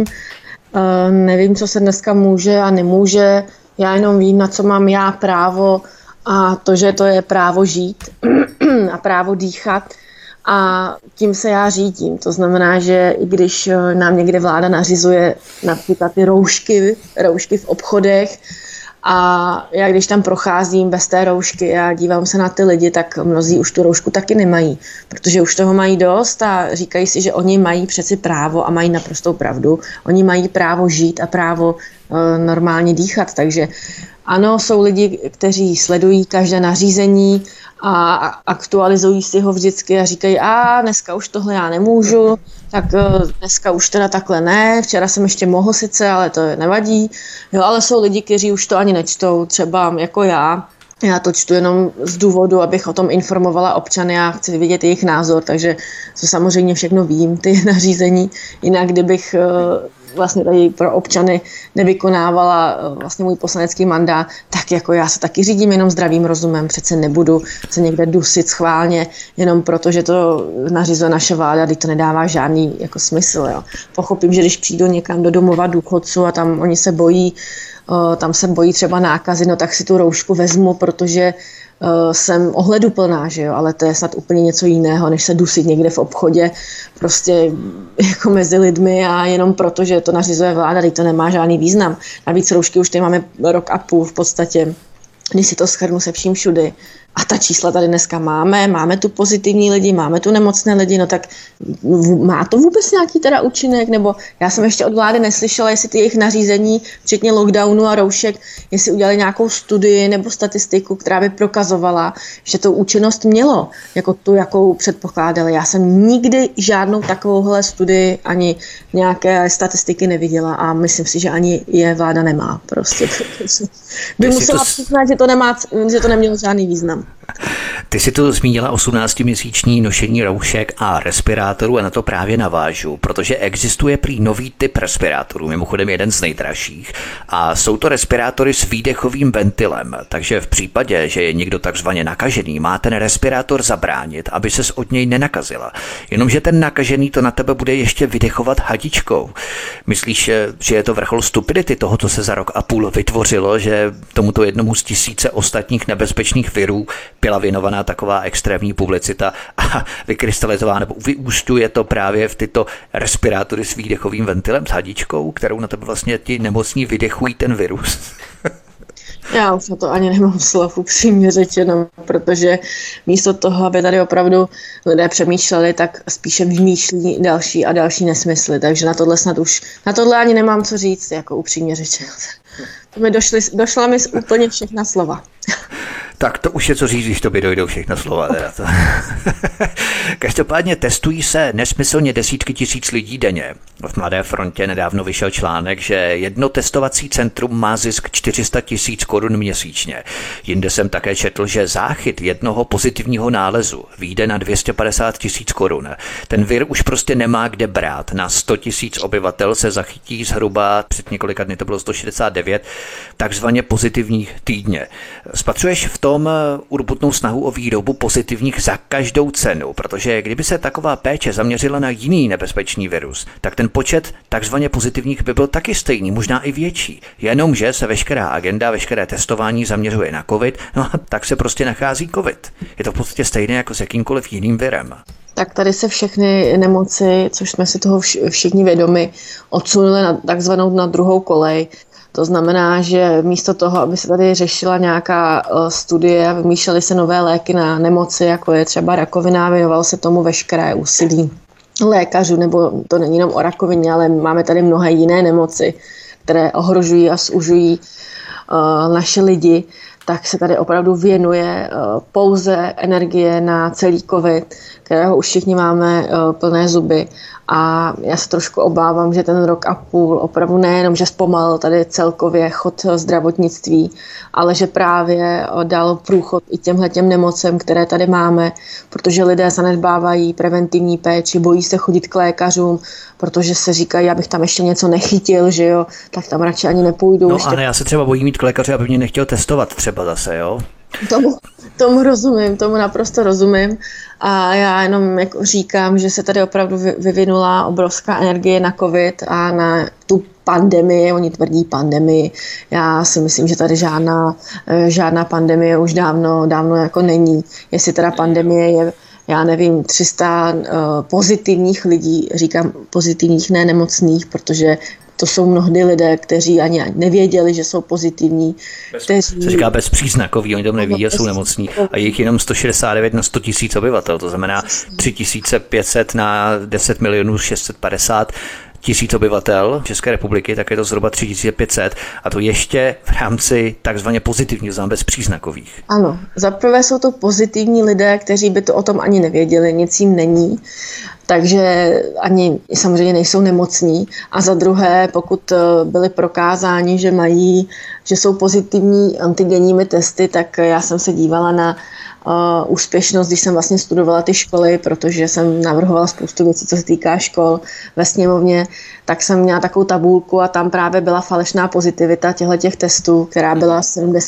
S2: Nevím, co se dneska může a nemůže. Já jenom vím, na co mám já právo a to, že to je právo žít a právo dýchat a tím se já řídím. To znamená, že i když nám někde vláda nařizuje například ty roušky v obchodech a já když tam procházím bez té roušky a dívám se na ty lidi, tak mnozí už tu roušku taky nemají, protože už toho mají dost a říkají si, že oni mají přeci právo a mají naprostou pravdu. Oni mají právo žít a právo normálně dýchat, takže ano, jsou lidi, kteří sledují každé nařízení a aktualizují si ho vždycky a říkají, dneska už tohle já nemůžu, tak dneska už teda takhle ne, včera jsem ještě mohl sice, ale to nevadí. Jo, ale jsou lidi, kteří už to ani nečtou, třeba jako já. Já to čtu jenom z důvodu, abych o tom informovala občany a chci vidět jejich názor, takže to samozřejmě všechno vím, ty nařízení. Jinak kdybych vlastně tady pro občany nevykonávala vlastně můj poslanecký mandát, tak jako já se taky řídím jenom zdravým rozumem, přece nebudu se někde dusit schválně, jenom proto, že to nařizuje naše vláda, když to nedává žádný jako smysl. Jo. Pochopím, že když přijdu někam do domova důchodců a tam oni se bojí, tam se bojí třeba nákazy, no tak si tu roušku vezmu, protože jsem ohleduplná, že jo, ale to je snad úplně něco jiného, než se dusit někde v obchodě, prostě jako mezi lidmi a jenom proto, že to nařizuje vláda, teď to nemá žádný význam. Navíc roušky už tady máme rok a půl v podstatě, když si to shrnu se vším všudy. A ta čísla tady dneska máme tu pozitivní lidi, máme tu nemocné lidi, no tak má to vůbec nějaký teda účinek, nebo já jsem ještě od vlády neslyšela, jestli ty jejich nařízení, včetně lockdownu a roušek, jestli udělali nějakou studii nebo statistiku, která by prokazovala, že to účinnost mělo, jako tu, jakou předpokládali. Já jsem nikdy žádnou takovouhle studii ani nějaké statistiky neviděla a myslím si, že ani je vláda nemá prostě. By musela přiznat, že to nemělo žádný význam.
S1: Ty si tu zmínila 18-měsíční nošení roušek a respirátorů a na to právě navážu, protože existuje prý nový typ respirátorů, mimochodem jeden z nejdražších, a jsou to respirátory s výdechovým ventilem, takže v případě, že je někdo takzvaně nakažený, má ten respirátor zabránit, aby ses od něj nenakazila. Jenomže ten nakažený to na tebe bude ještě vydechovat hadičkou. Myslíš, že je to vrchol stupidity toho, co se za rok a půl vytvořilo, že tomuto jednomu z tisíce ostatních nebezpečných virů byla věnovaná taková extrémní publicita a vykrystalizovaná nebo vyústuje to právě v tyto respirátory s výdechovým ventilem, s hadičkou, kterou na tebe vlastně ti nemocní vydechují ten virus?
S2: Já už na to ani nemám slov, upřímně řečeno, protože místo toho, aby tady opravdu lidé přemýšleli, tak spíše vymýšlí další a další nesmysly. Takže na tohle ani nemám co říct, jako upřímně řečeno. To mi došla mi úplně všechna slova.
S1: Tak to už je co říct, když tobě dojdou všechna slova. Teda to. Každopádně testují se nesmyslně desítky tisíc lidí denně. V Mladé frontě nedávno vyšel článek, že jedno testovací centrum má zisk 400 000 korun měsíčně. Jinde jsem také četl, že záchyt jednoho pozitivního nálezu vyjde na 250 000 korun. Ten vir už prostě nemá kde brát. Na 100 000 obyvatel se zachytí zhruba, před několika dny to bylo 169, takzvaně pozitivních týdně. Spatřuješ v tom urputnou snahu o výrobu pozitivních za každou cenu, protože kdyby se taková péče zaměřila na jiný nebezpečný virus, tak ten počet takzvaně pozitivních by byl taky stejný, možná i větší. Jenomže se veškerá agenda, veškeré testování zaměřuje na COVID, no a tak se prostě nachází COVID. Je to v podstatě stejné jako s jakýmkoliv jiným virem.
S2: Tak tady se všechny nemoci, což jsme si toho všichni vědomi, odsunuli na druhou kolej. To znamená, že místo toho, aby se tady řešila nějaká studie a vymýšlely se nové léky na nemoci, jako je třeba rakovina, věnoval se tomu veškeré úsilí lékařů, nebo to není jenom o rakovině, ale máme tady mnohé jiné nemoci, které ohrožují a zužují naše lidi, tak se tady opravdu věnuje pouze energie na celý COVID, kterého už všichni máme plné zuby. A já se trošku obávám, že ten rok a půl opravdu nejenom, že zpomalil tady celkově chod zdravotnictví, ale že právě dal průchod i těm nemocem, které tady máme, protože lidé zanedbávají preventivní péči, bojí se chodit k lékařům, protože se říkají, abych tam ještě něco nechytil, že jo, tak tam radši ani nepůjdu.
S1: No ale já se třeba bojím jít k lékaři, aby mě nechtěl testovat třeba zase, jo?
S2: Tomu rozumím, tomu naprosto rozumím a já jenom jako říkám, že se tady opravdu vyvinula obrovská energie na COVID a na tu pandemii, oni tvrdí pandemii. Já si myslím, že tady žádná pandemie už dávno jako není. Jestli teda pandemie je, já nevím, 300 pozitivních lidí, říkám pozitivních, ne nemocných, protože to jsou mnohdy lidé, kteří ani nevěděli, že jsou pozitivní.
S1: Se říká bezpříznakový, oni to neví, že jsou nemocní. A je jich jenom 169 na 100 000 obyvatel, to znamená 3500 na 10 650 000 obyvatel České republiky, tak je to zhruba 3500 a to ještě v rámci takzvaně pozitivních, znamená bezpříznakových.
S2: Ano, zaprvé jsou to pozitivní lidé, kteří by to o tom ani nevěděli, nic jim není. Takže ani samozřejmě nejsou nemocní. A za druhé, pokud byli prokázáni, že jsou pozitivní antigenními testy, tak já jsem se dívala na úspěšnost, když jsem vlastně studovala ty školy, protože jsem navrhovala spoustu věcí, co se týká škol ve sněmovně, tak jsem měla takovou tabulku a tam právě byla falešná pozitivita těchto testů, která byla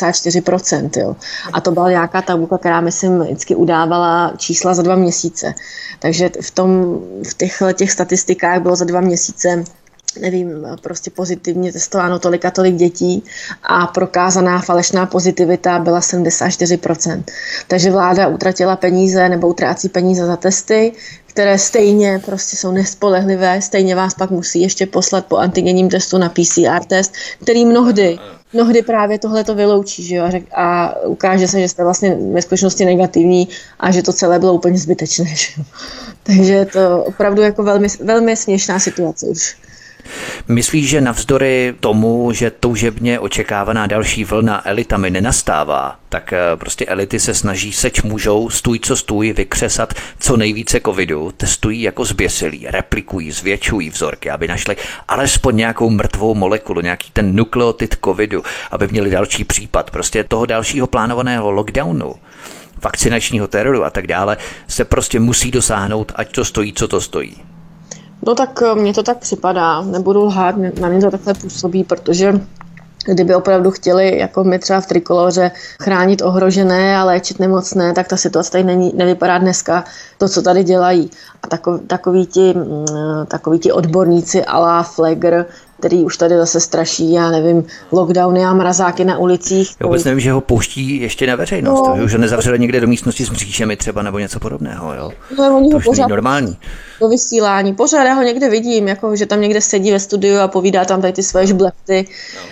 S2: 74%. Jo. A to byla nějaká tabulka, která myslím vždycky udávala čísla za 2 měsíce. Takže v těch statistikách bylo za 2 měsíce nevím, prostě pozitivně testováno tolik a tolik dětí a prokázaná falešná pozitivita byla 74%. Takže vláda utratila peníze nebo utrácí peníze za testy, které stejně prostě jsou nespolehlivé, stejně vás pak musí ještě poslat po antigenním testu na PCR test, který mnohdy právě tohle to vyloučí, že jo? A ukáže se, že jste vlastně ve skutečnosti negativní a že to celé bylo úplně zbytečné. Že jo? Takže je to opravdu jako velmi, velmi směšná situace už.
S1: Myslíš, že navzdory tomu, že toužebně očekávaná další vlna elitami nenastává, tak prostě elity se snaží seč můžou, stůj co stůj, vykřesat co nejvíce covidu, testují jako zběsilí, replikují, zvětšují vzorky, aby našli alespoň nějakou mrtvou molekulu, nějaký ten nukleotid covidu, aby měli další případ, prostě toho dalšího plánovaného lockdownu, vakcinačního teroru a tak dále, se prostě musí dosáhnout, ať to stojí, co to stojí.
S2: No tak mně to tak připadá, nebudu lhát, na mě to takhle působí, protože kdyby opravdu chtěli, jako my třeba v Trikoloře, chránit ohrožené a léčit nemocné, tak ta situace tady nevypadá dneska to, co tady dělají. A takoví ti odborníci à la Flegr který už tady zase straší, já nevím, lockdowny a mrazáky na ulicích.
S1: Já vůbec nevím, že ho pouští ještě na veřejnost, že už ho nezavřeli někde do místnosti s mřížemi třeba nebo něco podobného, jo?
S2: No, oni
S1: to
S2: ho
S1: už
S2: pořád
S1: není normální.
S2: Do vysílání. Pořád já ho někde vidím, jako, že tam někde sedí ve studiu a povídá tam tady ty své žblechty,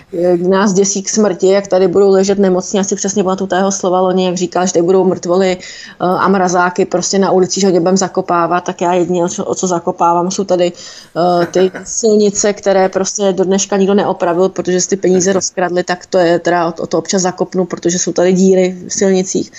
S2: nás děsí k smrti, jak tady budou ležet nemocní, asi přesně pamatuju tého slova loni, jak říkal, že tady budou mrtvoly a mrazáky prostě na ulici, že ho budeme zakopávat, tak já jedině o co zakopávám, jsou tady ty silnice, které prostě do dneška nikdo neopravil, protože si ty peníze rozkradli, tak to je teda o to občas zakopnu, protože jsou tady díry v silnicích,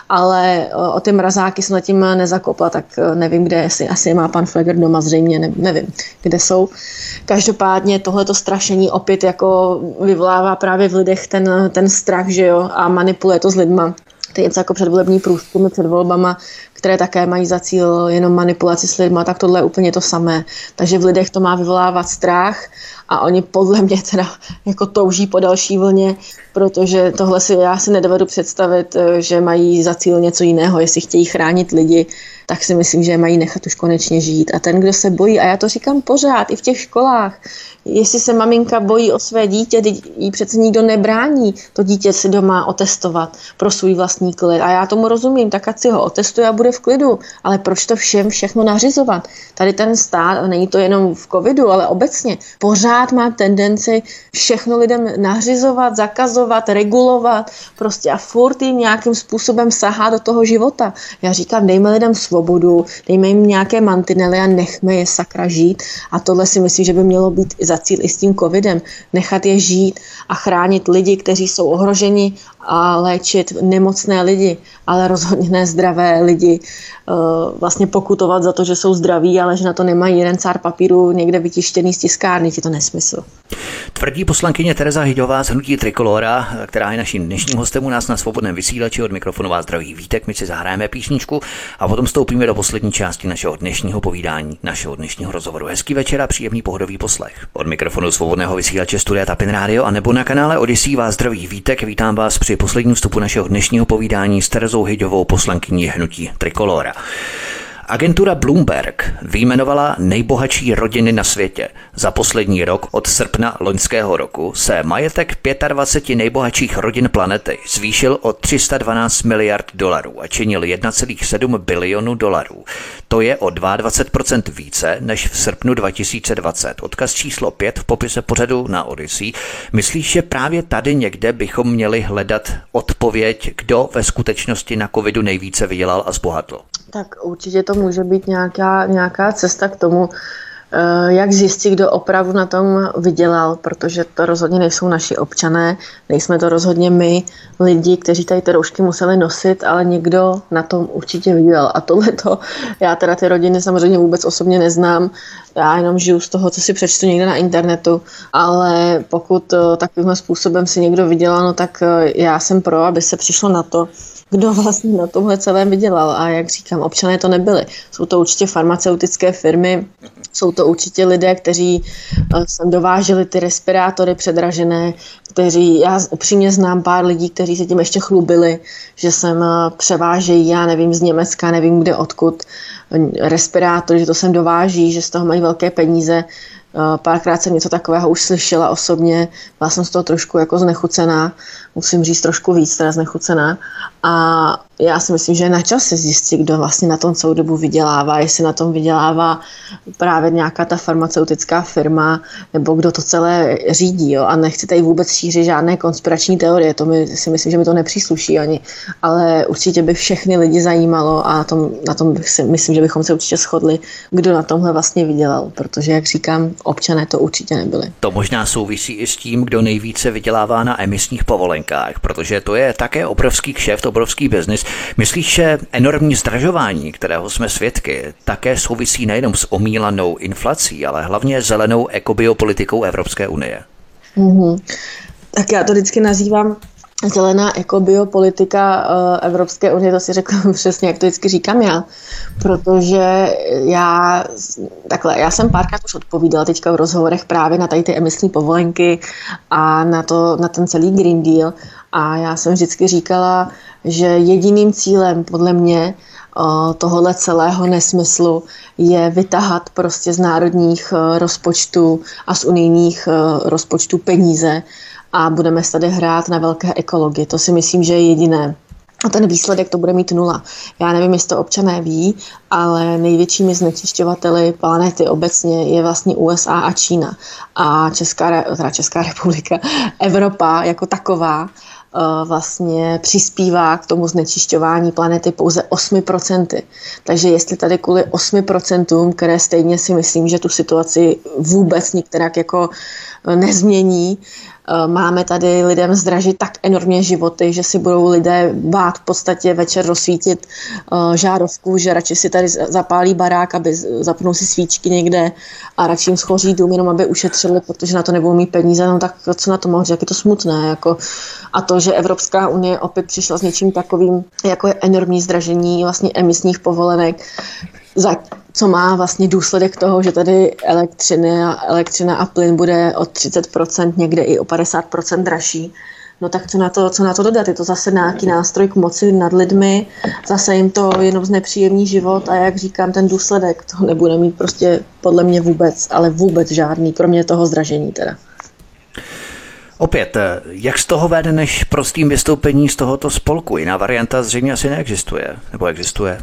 S2: ale o ty mrazáky jsem zatím nezakopla, tak nevím, kde asi má pan Fleger doma zřejmě, nevím, kde jsou. Každopádně tohleto strašení opět jako vyvolává právě v lidech ten strach, že jo, a manipuluje to s lidma. To je něco jako předvolební průzkumy před volbama, které také mají za cíl jenom manipulaci s lidma, tak tohle je úplně to samé. Takže v lidech to má vyvolávat strach a oni podle mě teda jako touží po další vlně, protože tohle já si nedovedu představit, že mají za cíl něco jiného. Jestli chtějí chránit lidi, tak si myslím, že je mají nechat už konečně žít. A ten, kdo se bojí, a já to říkám pořád, i v těch školách, jestli se maminka bojí o své dítě, jí přece nikdo nebrání to dítě si doma otestovat pro svůj vlastní klid. A já tomu rozumím, tak ať si ho otestuje a bude v klidu. Ale proč to všechno nařizovat? Tady ten stát, není to jenom v covidu, ale obecně, pořád má tendenci všechno lidem nařizovat, zakazovat, regulovat, prostě a furt jim nějakým způsobem sahá do toho života. Já říkám, dejme lidem svobodu, dejme jim nějaké mantinely a nechme je sakra žít. A tohle si myslím, že by mělo být za cíl i s tím covidem. Nechat je žít a chránit lidi, kteří jsou ohroženi a léčit nemocné lidi, ale rozhodně ne zdravé lidi. Vlastně pokutovat za to, že jsou zdraví, ale že na to nemají jeden cár papíru někde vytištěný z tiskárny, je to nesmysl.
S1: Tvrdí poslankyně Tereza Hyďová z hnutí Trikolóra, která je naším dnešním hostem u nás na Svobodném vysílači. Od mikrofonu vás zdraví Vítek, my si zahrajeme písničku a potom vstoupíme do poslední části našeho dnešního povídání, našeho dnešního rozhovoru. Hezký večer a příjemný pohodový poslech. Od mikrofonu Svobodného vysílače Studia Tapin Radio a nebo na kanále Odyssey vás zdraví Vítek. Vítám vás při posledním vstupu našeho dnešního povídání s Terezou Hyďovou, poslankyní hnutí Trikolóra. Agentura Bloomberg vyjmenovala nejbohatší rodiny na světě. Za poslední rok od srpna loňského roku se majetek 25 nejbohatších rodin planety zvýšil o 312 miliard dolarů a činil 1,7 bilionu dolarů. To je o 22% více než v srpnu 2020. Odkaz číslo 5 v popise pořadu na Odyssey. Myslíš, že právě tady někde bychom měli hledat odpověď, kdo ve skutečnosti na covidu nejvíce vydělal a zbohatl?
S2: Tak určitě to může být nějaká cesta k tomu, jak zjistit, kdo opravdu na tom vydělal, protože to rozhodně nejsou naši občané, nejsme to rozhodně my, lidi, kteří tady ty roušky museli nosit, ale někdo na tom určitě vydělal. A tohleto, já teda ty rodiny samozřejmě vůbec osobně neznám, já jenom žiju z toho, co si přečtu někde na internetu, ale pokud takovým způsobem si někdo vydělal, no tak já jsem pro, aby se přišlo na to, kdo vlastně na tomhle celém vydělal. A jak říkám, občané to nebyli. Jsou to určitě farmaceutické firmy, jsou to určitě lidé, kteří sem dováželi ty respirátory předražené, já upřímně znám pár lidí, kteří se tím ještě chlubili, že sem převážejí, já nevím, z Německa, nevím kde odkud, respirátory, že to sem dováží, že z toho mají velké peníze. Párkrát jsem něco takového už slyšela osobně, byla jsem z toho trošku jako znechucená, musím říct trošku víc teda znechucená. A já si myslím, že je na čase zjistit, kdo vlastně na tom celou dobu vydělává, jestli na tom vydělává právě nějaká ta farmaceutická firma, nebo kdo to celé řídí. Jo? A nechci tady vůbec šířit žádné konspirační teorie, si myslím, že mi to nepřísluší ani, ale určitě by všechny lidi zajímalo a na tom si myslím, že bychom se určitě shodli, kdo na tomhle vlastně vydělal, protože, jak říkám, občané to určitě nebyli.
S1: To možná souvisí i s tím, kdo nejvíce vydělává na emisních povolenkách, protože to je také obrovský kšeft, obrovský biznis. Myslíš, že enormní zdražování, kterého jsme svědky, také souvisí nejenom s omílanou inflací, ale hlavně zelenou ekobiopolitikou Evropské unie?
S2: Tak já to vždycky nazývám zelená ekobiopolitika Evropské unie, to si řekla přesně, jak to vždycky říkám já, protože já jsem párkrát už odpovídala teďka v rozhovorech právě na tady ty emisní povolenky a na ten celý Green Deal a já jsem vždycky říkala, že jediným cílem podle mě tohohle celého nesmyslu je vytahat prostě z národních rozpočtů a z unijních rozpočtů peníze a budeme se tady hrát na velké ekologii. To si myslím, že je jediné. A ten výsledek to bude mít 0. Já nevím, jestli to občané ví, ale největšími znečišťovateli planety obecně je vlastně USA a Čína. A Česká republika, Evropa jako taková vlastně přispívá k tomu znečišťování planety pouze 8%. Takže jestli tady kvůli 8%, které stejně si myslím, že tu situaci vůbec nikterak jako nezmění, máme tady lidem zdražit tak enormně životy, že si budou lidé bát v podstatě večer rozsvítit žárovku, že radši si tady zapálí barák, aby zapnou si svíčky někde a radši jim schoří dům, jenom aby ušetřili, protože na to nebudou mít peníze, no tak co na to mohu říct, jak je to smutné. Jako. A to, že Evropská unie opět přišla s něčím takovým, jako je enormní zdražení vlastně emisních povolenek, co má vlastně důsledek toho, že tady elektřina a plyn bude o 30%, někde i o 50% dražší. No tak co na to dodat? Je to zase nějaký nástroj k moci nad lidmi, zase jim to jenom znepříjemní život a jak říkám, ten důsledek toho nebude mít prostě podle mě vůbec, ale vůbec žádný, kromě toho zdražení teda.
S1: Opět, jak z toho vede než prostým vystoupení z tohoto spolku? Jiná varianta zřejmě asi neexistuje, nebo existuje?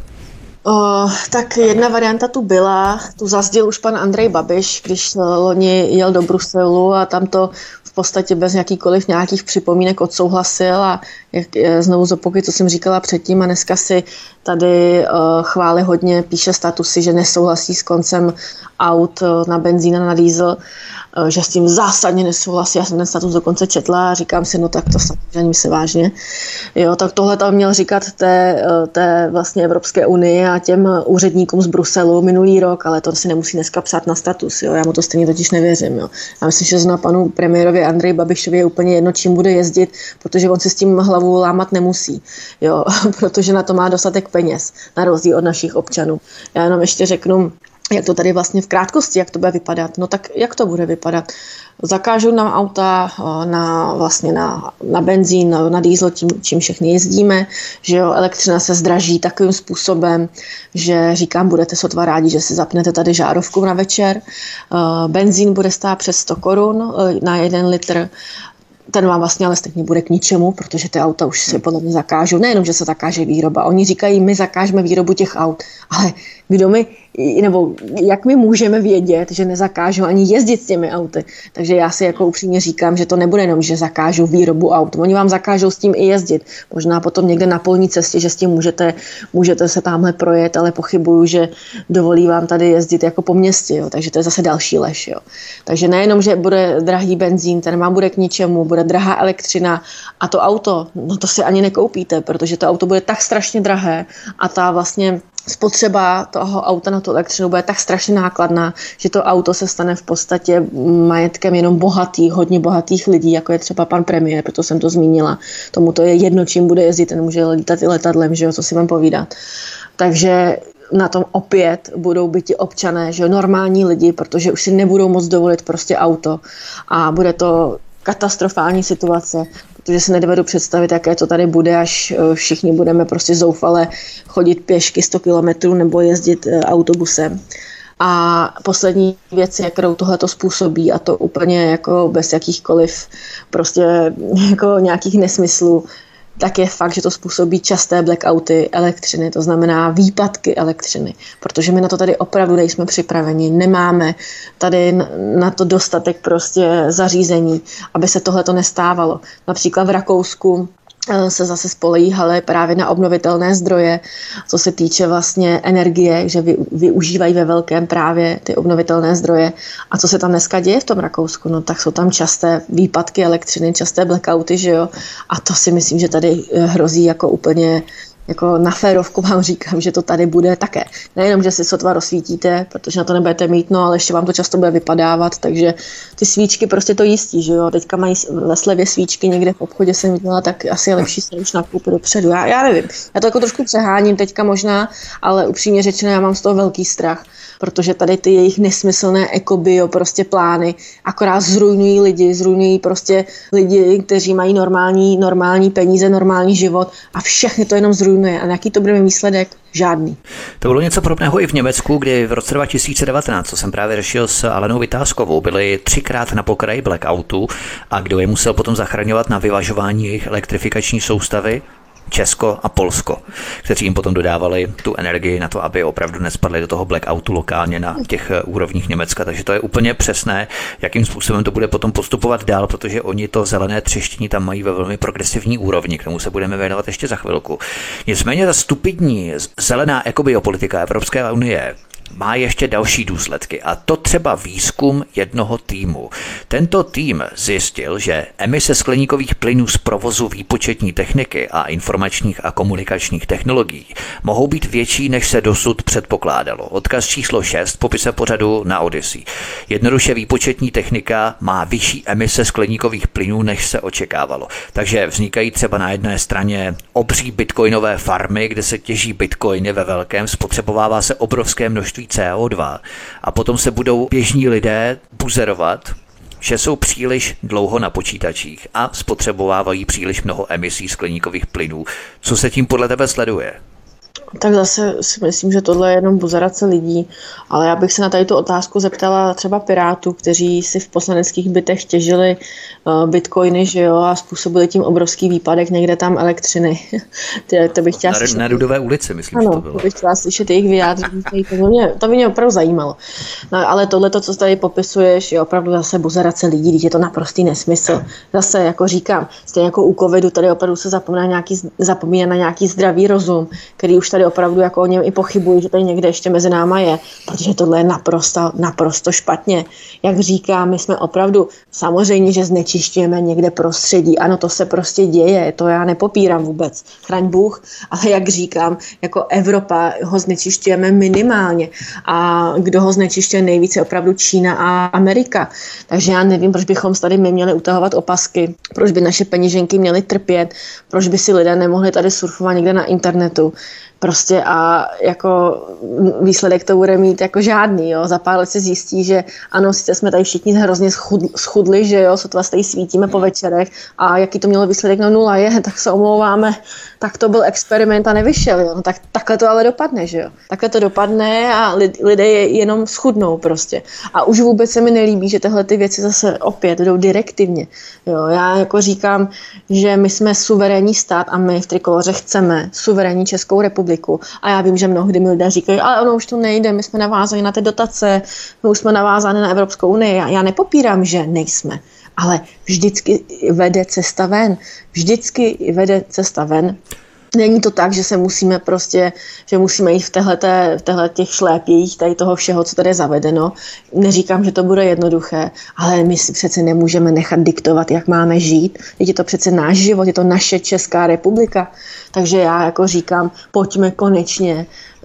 S2: Tak jedna varianta tu byla, tu zazděl už pan Andrej Babiš, když loni jel do Bruselu a tam to v podstatě bez nějakých připomínek odsouhlasil a znovu zopakuju, co jsem říkala předtím a dneska si tady chvályhodně píše statusy, že nesouhlasí s koncem aut na benzín a na diesel, že s tím zásadně nesouhlasí. Já jsem ten status dokonce četla a říkám si, no tak to samozřejmě se vážně. Jo, tak tohle tam měl říkat té vlastně Evropské unii a těm úředníkům z Bruselu minulý rok, ale to si nemusí dneska psát na status. Jo. Já mu to stejně totiž nevěřím. Jo. Já myslím, že na panu premiérovi Andreji Babišovi je úplně jedno, čím bude jezdit, protože on si s tím hlavu lámat nemusí, jo, protože na to má dostatek peněz, na rozdíl od našich občanů. Já jenom ještě řeknu, jak to tady vlastně v krátkosti, jak to bude vypadat. No tak jak to bude vypadat? Zakážou nám auta na benzín, na diesel, čím všechny jezdíme, že jo, elektřina se zdraží takovým způsobem, že říkám, budete sotva rádi, že si zapnete tady žárovku na večer. Benzín bude stát přes 100 korun na 1 litr. Ten vám vlastně ale stejně bude k ničemu, protože ty auta už se podle mě zakážou. Nejenom, že se zakáže výroba. Oni říkají, my zakážeme výrobu těch aut. Ale jak my můžeme vědět, že nezakážou ani jezdit s těmi auty. Takže já si jako upřímně říkám, že to nebude jenom, že zakážou výrobu aut. Oni vám zakážou s tím i jezdit. Možná potom někde na polní cestě, že s tím můžete se tamhle projet, ale pochybuju, že dovolí vám tady jezdit jako po městě. Jo. Takže to je zase další lež. Jo. Takže nejenom, že bude drahý benzín, ten vám bude k ničemu, bude drahá elektřina a to auto, no to si ani nekoupíte, protože to auto bude tak strašně drahé a ta vlastně spotřeba toho auta na tu elektřinu bude tak strašně nákladná, že to auto se stane v podstatě majetkem jenom hodně bohatých lidí, jako je třeba pan premiér, proto jsem to zmínila. Tomu to je jedno, čím bude jezdit, ten může lítat i letadlem, že jo, co si vám povídat. Takže na tom opět budou být ti občané, že jo, normální lidi, protože už si nebudou moc dovolit prostě auto a bude to katastrofální situace, protože si nedovedu představit, jaké to tady bude, až všichni budeme prostě zoufale chodit pěšky 100 kilometrů nebo jezdit autobusem. A poslední věc, kterou tohleto způsobí, a to úplně jako bez jakýchkoliv prostě jako nějakých nesmyslů, tak je fakt, že to způsobí časté blackouty elektřiny, to znamená výpadky elektřiny, protože my na to tady opravdu nejsme připraveni, nemáme tady na to dostatek prostě zařízení, aby se tohleto nestávalo. Například v Rakousku se zase spoléhali právě na obnovitelné zdroje, co se týče vlastně energie, že využívají ve velkém právě ty obnovitelné zdroje. A co se tam dneska děje v tom Rakousku? No tak jsou tam časté výpadky elektřiny, časté blackouty, že jo? A to si myslím, že tady hrozí jako úplně jako na férovku vám říkám, že to tady bude také. Nejenom, že si sotva rozsvítíte, protože na to nebudete mít, no ale ještě vám to často bude vypadávat, takže ty svíčky prostě to jistí, že jo. Teďka mají ve slevě svíčky někde v obchodě jsem viděla, tak asi je lepší se už nakoupit dopředu. Já nevím, já to jako trošku přeháním teďka možná, ale upřímně řečeno, já mám z toho velký strach, protože tady ty jejich nesmyslné ekobio prostě plány akorát zrujnují prostě lidi, kteří mají normální peníze, normální život a všechny to jenom zrujnuje. A jaký to bude výsledek? Žádný.
S1: To bylo něco podobného i v Německu, kdy v roce 2019, co jsem právě řešil s Alenou Vytázkovou, byli 3krát na pokraji blackoutu a kdo je musel potom zachraňovat na vyvažování jejich elektrifikační soustavy? Česko a Polsko, kteří jim potom dodávali tu energii na to, aby opravdu nespadli do toho blackoutu lokálně na těch úrovních Německa. Takže to je úplně přesné, jakým způsobem to bude potom postupovat dál, protože oni to zelené třeštění tam mají ve velmi progresivní úrovni, k tomu se budeme věnovat ještě za chvilku. Nicméně ta stupidní zelená ekobiopolitika Evropské unie má ještě další důsledky a to třeba výzkum jednoho týmu. Tento tým zjistil, že emise skleníkových plynů z provozu výpočetní techniky a informačních a komunikačních technologií mohou být větší, než se dosud předpokládalo. Odkaz číslo 6 popise pořadu na Odyssey. Jednoduše výpočetní technika má vyšší emise skleníkových plynů, než se očekávalo. Takže vznikají třeba na jedné straně obří bitcoinové farmy, kde se těží bitcoiny ve velkém, spotřebovává se obrovské množství CO2 a potom se budou běžní lidé buzerovat, že jsou příliš dlouho na počítačích a spotřebovávají příliš mnoho emisí skleníkových plynů. Co se tím podle tebe sleduje?
S2: Tak zase si myslím, že tohle je jenom buzerace lidí, ale já bych se na tady tu otázku zeptala třeba Pirátů, kteří si v poslaneckých bytech těžili bitcoiny, že jo, a způsobili tím obrovský výpadek někde tam elektřiny. To bych chtěla
S1: na Rudové ulici, myslím,
S2: ano,
S1: že to bylo.
S2: To bych chtěla slyšet jejich vyjádření, to by mě opravdu zajímalo. No, ale tohle, co tady popisuješ, je opravdu zase buzerace lidí, když je to naprostý nesmysl. Zase, jako říkám, stejně jako u covidu, tady opravdu se zapomíná na nějaký zdravý rozum, který už tady opravdu jako o něm i pochybuji, že tady někde ještě mezi náma je, protože tohle je naprosto špatně. Jak říkám, my jsme opravdu, samozřejmě, že znečišťujeme někde prostředí, ano, to se prostě děje, to já nepopírám vůbec, chraň Bůh, ale jak říkám, jako Evropa ho znečišťujeme minimálně a kdo ho znečišťuje nejvíce, opravdu Čína a Amerika. Takže já nevím, proč bychom tady my měli utahovat opasky, proč by naše peněženky měly trpět, proč by si lidé nemohli tady surfovat někde na internetu. Prostě a jako výsledek to bude mít jako žádný, jo. Za pár let se zjistí, že ano, sice jsme tady všichni hrozně schudli, že jo, sotva tady svítíme po večerech a jaký to mělo výsledek, no 0 je, tak se omlouváme, tak to byl experiment a nevyšel, jo. No tak takhle to ale dopadne, že jo. Takhle to dopadne a lidé jenom schudnou prostě. A už vůbec se mi nelíbí, že tyhle ty věci zase opět jdou direktivně, jo. Já jako říkám, že my jsme suverénní stát a my v Trikoloře chceme suverénní Českou republiku. A já vím, že mnohdy mi lidé říkají, ale ono už to nejde, my jsme navázáni na ty dotace, my už jsme navázáni na Evropskou unii. Já nepopírám, že nejsme, ale vždycky vede cesta ven. Vždycky vede cesta ven. Není to tak, že se musíme prostě, že musíme jít v těchto těch šlépějích tady toho všeho, co tady je zavedeno. Neříkám, že to bude jednoduché, ale my si přece nemůžeme nechat diktovat, jak máme žít. Je to přece náš život, je to naše Česká republika. Takže já jako říkám, pojďme konečně,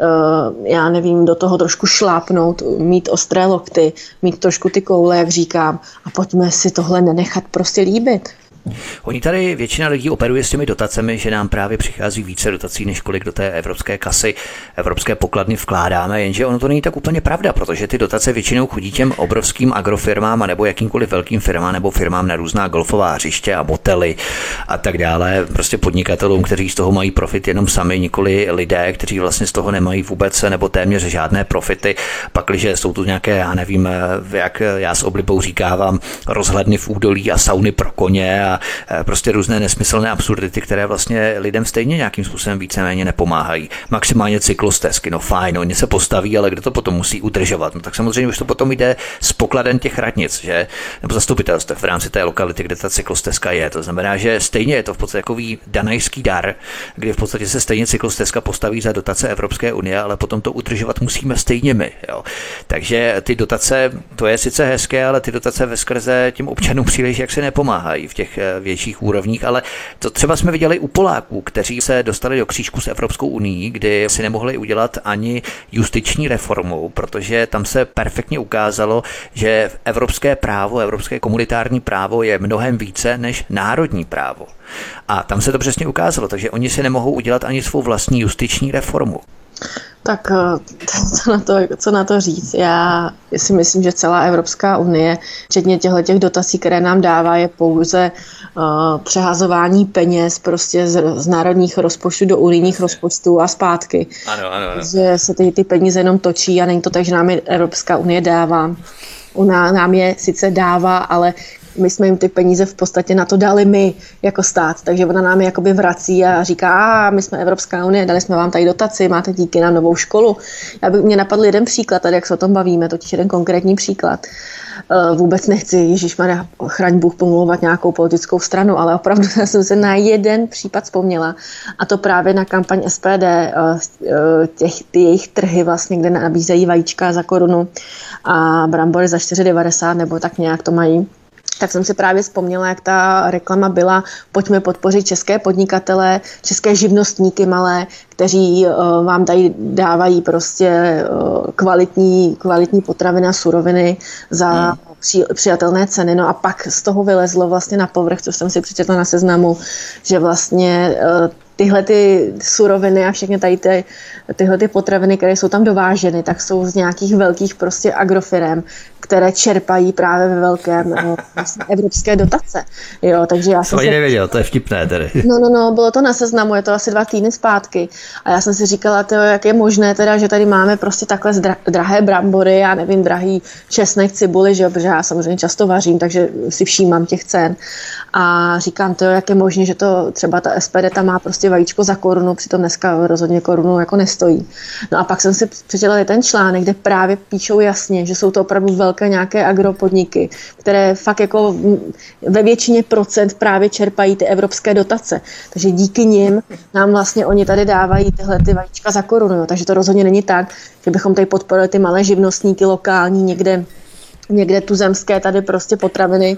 S2: já nevím, do toho trošku šlápnout, mít ostré lokty, mít trošku ty koule, jak říkám, a pojďme si tohle nenechat prostě líbit.
S1: Oni tady většina lidí operuje s těmi dotacemi, že nám právě přichází více dotací, než kolik do té evropské kasy, evropské pokladny vkládáme, jenže ono to není tak úplně pravda, protože ty dotace většinou chodí těm obrovským agrofirmám a nebo jakýmkoliv velkým firmám nebo firmám na různá golfová hřiště a motely a tak dále, prostě podnikatelům, kteří z toho mají profit jenom sami, nikoli lidé, kteří vlastně z toho nemají vůbec nebo téměř žádné profity, pakliže jsou tu nějaké, já nevím, jak já s oblibou říkávám, rozhledny v údolí a sauny pro koně a prostě různé nesmyslné absurdity, které vlastně lidem stejně nějakým způsobem víceméně nepomáhají. Maximálně cyklostezky, no fajn, oni se postaví, ale kdo to potom musí udržovat? No tak samozřejmě už to potom jde z pokladen těch radnic, že? Nebo zastupitelstev v rámci té lokality, kde ta cyklostezka je. To znamená, že stejně je to v podstatě takový danajský dar, kdy v podstatě se stejně cyklostezka postaví za dotace Evropské unie, ale potom to udržovat musíme stejně my. Jo? Takže ty dotace, to je sice hezké, ale ty dotace veskrze těm občanům příliš jak se nepomáhají v těch větších úrovních, ale to třeba jsme viděli u Poláků, kteří se dostali do křížku s Evropskou unií, kdy si nemohli udělat ani justiční reformu, protože tam se perfektně ukázalo, že evropské právo, evropské komunitární právo je mnohem více než národní právo. A tam se to přesně ukázalo, takže oni si nemohou udělat ani svou vlastní justiční reformu.
S2: Tak co na to říct? Já si myslím, že celá Evropská unie, včetně těch dotací, které nám dává, je pouze přehazování peněz prostě z národních rozpočtů do unijních rozpočtů a zpátky.
S1: Ano.
S2: Že se ty peníze jenom točí a není to tak, že nám je Evropská unie dává. Ona nám je sice dává, ale my jsme jim ty peníze v podstatě na to dali my jako stát, takže ona nám je jakoby vrací a říká, my jsme Evropská unie, dali jsme vám tady dotaci, máte díky nám novou školu. Mě napadl jeden příklad, tady jak se o tom bavíme, totiž jeden konkrétní příklad. Vůbec nechci, ježišmarja, chraň Bůh, pomlouvat nějakou politickou stranu, ale opravdu jsem se na jeden případ vzpomněla a to právě na kampaň SPD, ty jejich trhy vlastně, kde nabízejí vajíčka za korunu a brambory za 4,90 nebo tak nějak to mají. Tak jsem si právě vzpomněla, jak ta reklama byla, pojďme podpořit české podnikatele, české živnostníky malé, kteří vám tady dávají prostě kvalitní potraviny a suroviny za přijatelné ceny. No a pak z toho vylezlo vlastně na povrch, co jsem si přečetla na Seznamu, že vlastně tyhle ty suroviny a všechny tady tyhle ty potraviny, které jsou tam dováženy, tak jsou z nějakých velkých prostě agrofirem, které čerpají právě ve velkém vlastně evropské dotace. Jo, takže já jsem
S1: nevěděl, to je vtipné tedy.
S2: No, bylo to na Seznamu, je to asi 2 týdny zpátky. A já jsem si říkala, jak je možné teda, že tady máme prostě takhle drahé brambory, já nevím, drahý česnek, cibuli, že jo, protože já samozřejmě často vařím, takže si všímám těch cen. A říkám, jak je možné, že to třeba ta SPD tam má prostě vajíčko za korunu, přitom dneska rozhodně korunu jako nestojí. No a pak jsem si přečetla ten článek, kde právě píšou jasně, že jsou to opravdu velké nějaké agropodniky, které fakt jako ve většině procent právě čerpají ty evropské dotace. Takže díky nim nám vlastně oni tady dávají tyhle ty vajíčka za korunu. Jo. Takže to rozhodně není tak, že bychom tady podporovali ty malé živnostníky lokální někde tuzemské tady prostě potraviny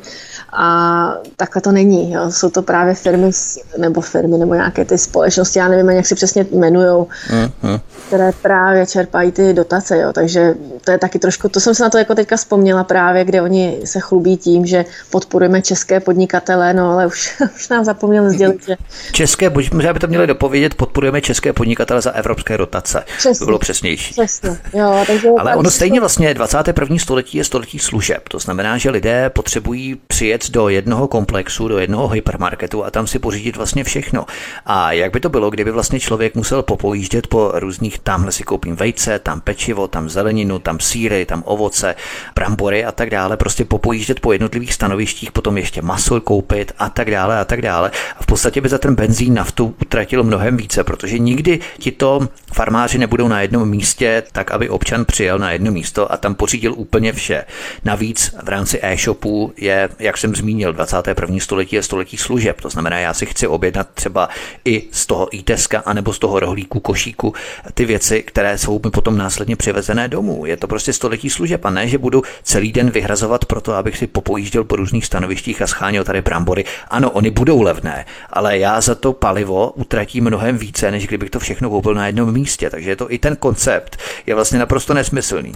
S2: a takhle to není. Jo. Jsou to právě firmy nebo nějaké ty společnosti, já nevím, jak si přesně jmenujou, které právě čerpají ty dotace. Jo. Takže to je taky trošku, to jsem se na to jako teďka vzpomněla právě, kde oni se chlubí tím, že podporujeme české podnikatele, no ale už nám zapomněli sdělit, že...
S1: Možná by to měli dopovědět, podporujeme české podnikatele za evropské dotace.
S2: Přesně,
S1: to bylo přesnější.
S2: Přesně, jo. Takže
S1: ale ono stejně vlastně 21. století je století služeb. To znamená, že lidé potřebují přijet do jednoho komplexu, do jednoho hypermarketu a tam si pořídit vlastně všechno. A jak by to bylo, kdyby vlastně člověk musel popojíždět po různých, tamhle si koupím vejce, tam pečivo, tam zeleninu, tam sýry, tam ovoce, brambory a tak dále, prostě popojíždět po jednotlivých stanovištích, potom ještě maso koupit a tak dále a tak dále. A v podstatě by za ten benzín, naftu utratilo mnohem více, protože nikdy tito farmáři nebudou na jednom místě, tak aby občan přijel na jedno místo a tam pořídil úplně vše. Navíc v rámci e-shopů je, jak jsem zmínil, 21. století je století služeb. To znamená, já si chci objednat třeba i z toho e-teska anebo z toho rohlíku, košíku ty věci, které jsou mi potom následně přivezené domů. Je to prostě století služeb a ne, že budu celý den vyhrazovat pro to, abych si popojížděl po různých stanovištích a scháněl tady brambory. Ano, oni budou levné, ale já za to palivo utratím mnohem více, než kdybych to všechno koupil na jednom místě. Takže je to i ten koncept je vlastně naprosto nesmyslný.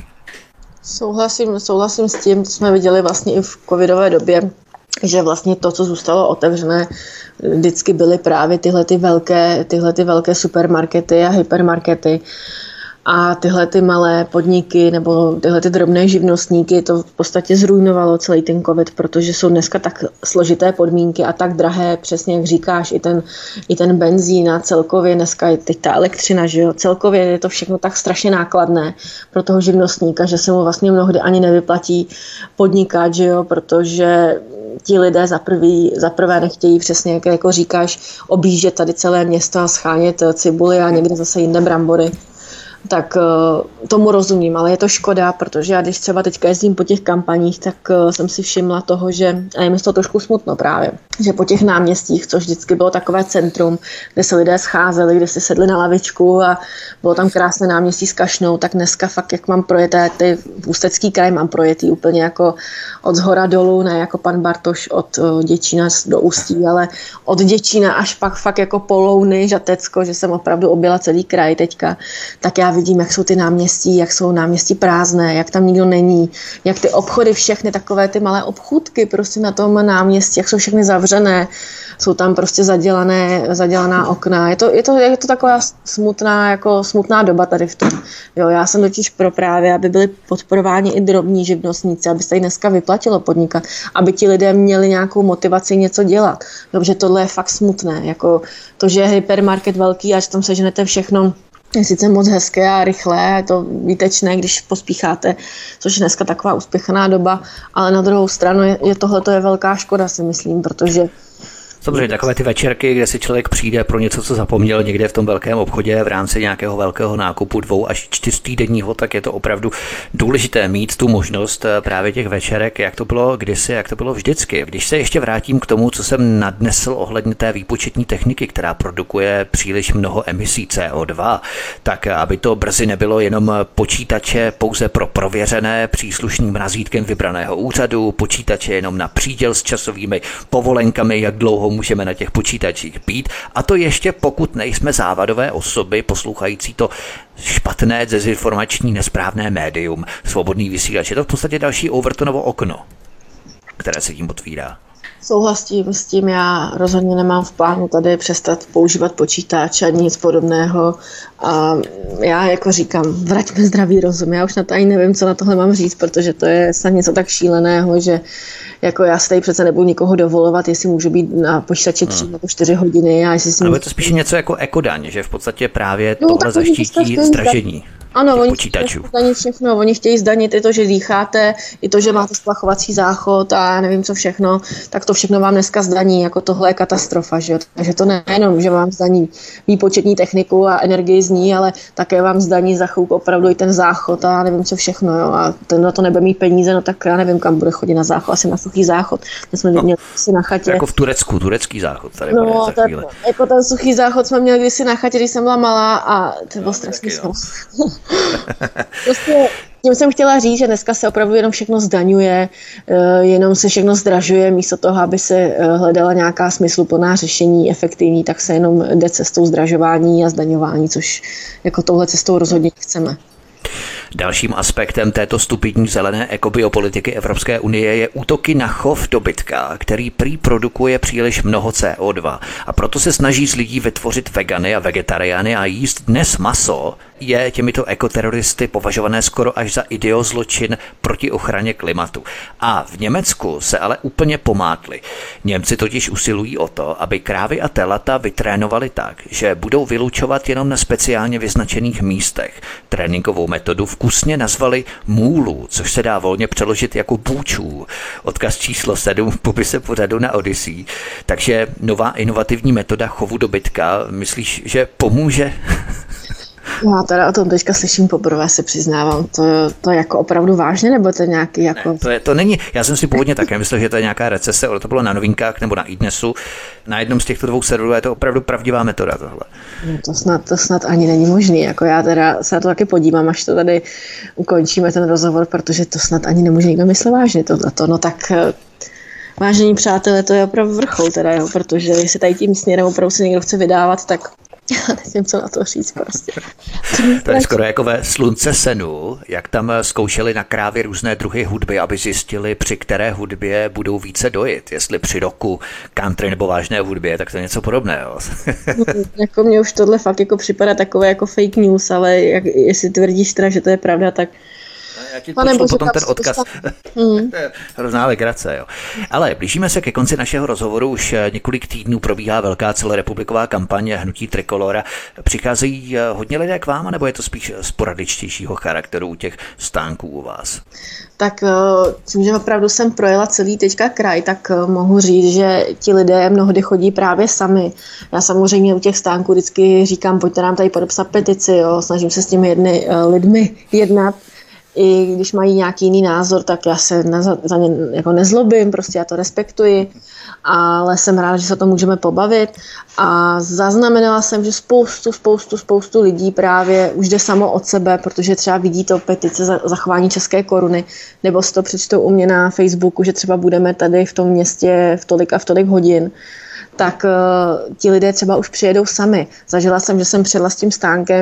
S2: Souhlasím s tím, co jsme viděli vlastně i v covidové době, že vlastně to, co zůstalo otevřené, vždycky byly právě tyhle velké supermarkety a hypermarkety. A tyhle ty malé podniky nebo tyhle ty drobné živnostníky to v podstatě zrujnovalo celý ten covid, protože jsou dneska tak složité podmínky a tak drahé, přesně jak říkáš, i ten benzín a celkově dneska je teď ta elektřina, že jo, celkově je to všechno tak strašně nákladné pro toho živnostníka, že se mu vlastně mnohdy ani nevyplatí podnikat, že jo, protože ti lidé za prvé nechtějí přesně, jak jako říkáš, objíždět tady celé město a schánět cibuli a někde zase jinde brambory. Tak tomu rozumím, ale je to škoda, protože já když třeba teďka jezdím po těch kampaních, tak jsem si všimla toho, že, a je mi z toho trošku smutno právě, že po těch náměstích, což vždycky bylo takové centrum, kde se lidé scházeli, kde si sedli na lavičku a bylo tam krásné náměstí s kašnou, tak dneska fakt, jak mám projeté, ty Ústecký kraj mám projetý úplně jako od zhora dolů, ne jako pan Bartoš od Děčína do Ústí, ale od Děčína až pak fakt jako po Louny, Žatecko, že jsem opravdu objela celý kraj teďka, tak já vidím, jak jsou náměstí prázdné, jak tam nikdo není, jak ty obchody všechny, takové ty malé obchůdky prostě na tom náměstí, jak jsou všechny zavřené, jsou tam prostě zadělaná okna. Je to taková smutná doba tady v tom. Jo, já jsem totiž pro právě, aby byli podporováni i drobní živnostníci, aby se tady dneska vyplatilo podnikat, aby ti lidé měli nějakou motivaci něco dělat. Protože tohle je fakt smutné. Jako to, že je hypermarket velký a že tam seženete všechno, je sice moc hezké a rychlé, je to výtečné, když pospícháte, což je dneska taková uspěchaná doba, ale na druhou stranu tohle je velká škoda, si myslím, protože
S1: samozřejmě takové ty večerky, kde si člověk přijde pro něco, co zapomněl někde v tom velkém obchodě v rámci nějakého velkého nákupu 2 až 4 týdenního, tak je to opravdu důležité mít tu možnost právě těch večerek, jak to bylo kdysi, jak to bylo vždycky. Když se ještě vrátím k tomu, co jsem nadnesl ohledně té výpočetní techniky, která produkuje příliš mnoho emisí CO2, tak aby to brzy nebylo jenom počítače pouze pro prověřené příslušným razítkem vybraného úřadu, počítače jenom na příděl s časovými povolenkami, jak dlouho můžeme na těch počítačích být, a to ještě pokud nejsme závadové osoby poslouchající to špatné, dezinformační, nesprávné médium, svobodný vysílač. Je to v podstatě další Overtonovo okno, které se tím otvírá.
S2: Souhlasím s tím, já rozhodně nemám v plánu tady přestat používat počítač ani nic podobného. A já jako říkám, vraťme zdravý rozum. Já už na to ani nevím, co na tohle mám říct, protože to je snad něco tak šíleného, že jako já se tady přece nebudu nikoho dovolovat, jestli můžu být na počítači 3 nebo 4 hodiny. A jestli
S1: ale je to spíš něco jako ekodaň, že v podstatě právě tohle zaštítí zdražení.
S2: Ano, oni chtějí zdanit všechno. Oni chtějí zdanit i to, že dýcháte, i to, že máte splachovací záchod a nevím co všechno, tak to všechno vám dneska zdaní, jako tohle je katastrofa, že jo. Takže to nejenom, že vám zdaní výpočetní techniku a energii z ní, ale také vám zdaní za chvilku opravdu i ten záchod a nevím co všechno, jo. A ten na to nebude mít peníze, no tak já nevím, kam bude chodit na záchod, asi na suchý záchod. My jsme měli si na chatě.
S1: Jako v Turecku, turecký záchod tady
S2: no, jako ten suchý záchod jsme měli kdysi na chatě, když jsem byla malá a to bylo strašný prostě tím jsem chtěla říct, že dneska se opravdu jenom všechno zdaňuje, jenom se všechno zdražuje, místo toho, aby se hledala nějaká smysluplná řešení, efektivní, tak se jenom jde cestou zdražování a zdaňování, což jako touhle cestou rozhodně chceme.
S1: Dalším aspektem této stupidní zelené ekobiopolitiky Evropské unie je útoky na chov dobytka, který prý produkuje příliš mnoho CO2 a proto se snaží z lidí vytvořit vegany a vegetariány a jíst dnes maso je těmito ekoteroristy považované skoro až za ideozločin proti ochraně klimatu. A v Německu se ale úplně pomátli. Němci totiž usilují o to, aby krávy a telata vytrénovali tak, že budou vylučovat jenom na speciálně vyznačených místech. Tréninkovou metodu vkusně nazvali můlů, což se dá volně přeložit jako bůčů. Odkaz číslo 7 v popise pořadu na Odyssey. Takže nová inovativní metoda chovu dobytka, myslíš, že pomůže?
S2: Já teda o tom teďka slyším poprvé, se přiznávám. To jako opravdu vážně, nebo to nějaký jako...
S1: Ne, to není, já jsem si původně také myslel, že to je nějaká recese, ale to bylo na Novinkách nebo na iDnesu. Na jednom z těchto 2 serverů je to opravdu pravdivá metoda tohle.
S2: No to snad ani není možný, jako já teda se na to taky podívám, až to tady ukončíme ten rozhovor, protože to snad ani nemůže nikdo myslet vážně tohleto, no tak... Vážení přátelé, to je opravdu vrchol teda, jo, protože jestli tady tím směrem opravdu se někdo chce vydávat, tak já nevím, co na to říct prostě.
S1: To je skoro jako ve Slunce senu, jak tam zkoušeli na krávě různé druhy hudby, aby zjistili, při které hudbě budou více dojit. Jestli při rocku, country nebo vážné hudbě, tak to je něco podobného.
S2: Jako mně už tohle fakt jako připadá takové jako fake news, ale jestli tvrdíš teda, že to je pravda, tak
S1: já ti pošlu potom ten odkaz. To je hrozná legrace, jo. Ale blížíme se ke konci našeho rozhovoru. Už několik týdnů probíhá velká celorepubliková kampaň Hnutí Trikolora. Přicházejí hodně lidé k vám, nebo je to spíš sporadičtějšího charakteru u těch stánků u vás?
S2: Tak tím, že opravdu jsem projela celý teďka kraj, tak mohu říct, že ti lidé mnohdy chodí právě sami. Já samozřejmě u těch stánků vždycky říkám, pojďte nám tady podepsat petici, jo. Snažím se s těmi lidmi jednat. I když mají nějaký jiný názor, tak já se za ně jako nezlobím, prostě já to respektuji, ale jsem ráda, že se o tom můžeme pobavit a zaznamenala jsem, že spoustu lidí právě už jde samo od sebe, protože třeba vidí to petice za zachování české koruny, nebo si to přečtou u mě na Facebooku, že třeba budeme tady v tom městě v tolik a v tolik hodin, tak ti lidé třeba už přijedou sami. Zažila jsem, že jsem přijedla s tím stánkem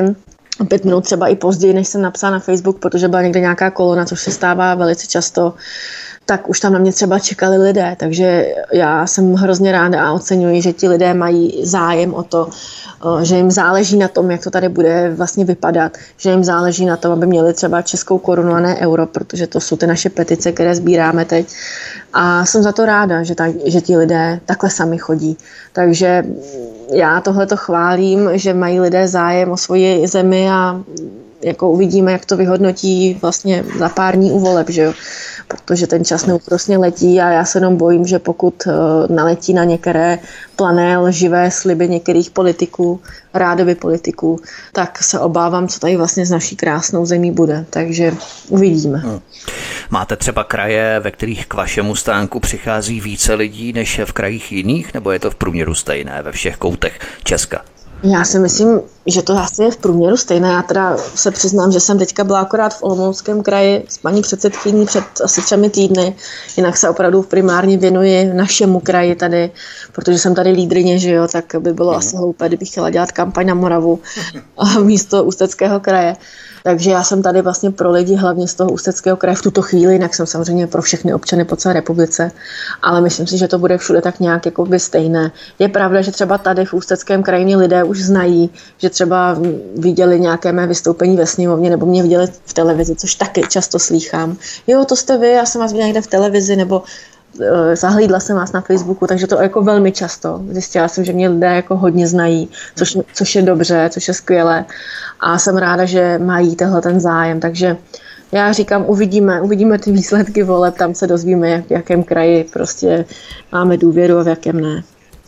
S2: 5 minut třeba i později, než jsem napsala na Facebook, protože byla někde nějaká kolona, což se stává velice často, tak už tam na mě třeba čekali lidé, takže já jsem hrozně ráda a oceňuji, že ti lidé mají zájem o to, že jim záleží na tom, jak to tady bude vlastně vypadat, že jim záleží na tom, aby měli třeba českou korunu a ne euro, protože to jsou ty naše petice, které sbíráme teď. A jsem za to ráda, že ti lidé takhle sami chodí. Takže já tohleto chválím, že mají lidé zájem o svoji zemi a jako uvidíme, jak to vyhodnotí vlastně za pár dní u voleb, že jo? Protože ten čas neúprosně letí a já se jenom bojím, že pokud naletí na některé plané lživé sliby některých politiků, rádoby politiků, tak se obávám, co tady vlastně s naší krásnou zemí bude. Takže uvidíme.
S1: Máte třeba kraje, ve kterých k vašemu stánku přichází více lidí než v krajích jiných, nebo je to v průměru stejné ve všech koutech Česka?
S2: Já si myslím, že to asi je v průměru stejné. Já teda se přiznám, že jsem teďka byla akorát v Olomouckém kraji s paní předsedkyní před asi 3 týdny. Jinak se opravdu primárně věnuji našemu kraji tady, protože jsem tady lídryně, že jo, tak by bylo asi hloupé, kdybych chtěla dělat kampaň na Moravu místo Ústeckého kraje. Takže já jsem tady vlastně pro lidi hlavně z toho Ústeckého kraje v tuto chvíli, jinak jsem samozřejmě pro všechny občany po celé republice, ale myslím si, že to bude všude tak nějak jako by stejné. Je pravda, že třeba tady v Ústeckém kraji mě lidé už znají, že třeba viděli nějaké mé vystoupení ve sněmovně nebo mě viděli v televizi, což taky často slýchám. Jo, to jste vy, já jsem vás viděla někde v televizi, nebo zahlídla jsem vás na Facebooku, takže to jako velmi často. Zjistila jsem, že mě lidé jako hodně znají, což je dobře, což je skvělé a jsem ráda, že mají ten zájem, takže já říkám, uvidíme ty výsledky voleb, tam se dozvíme, v jakém kraji prostě máme důvěru a v jakém ne.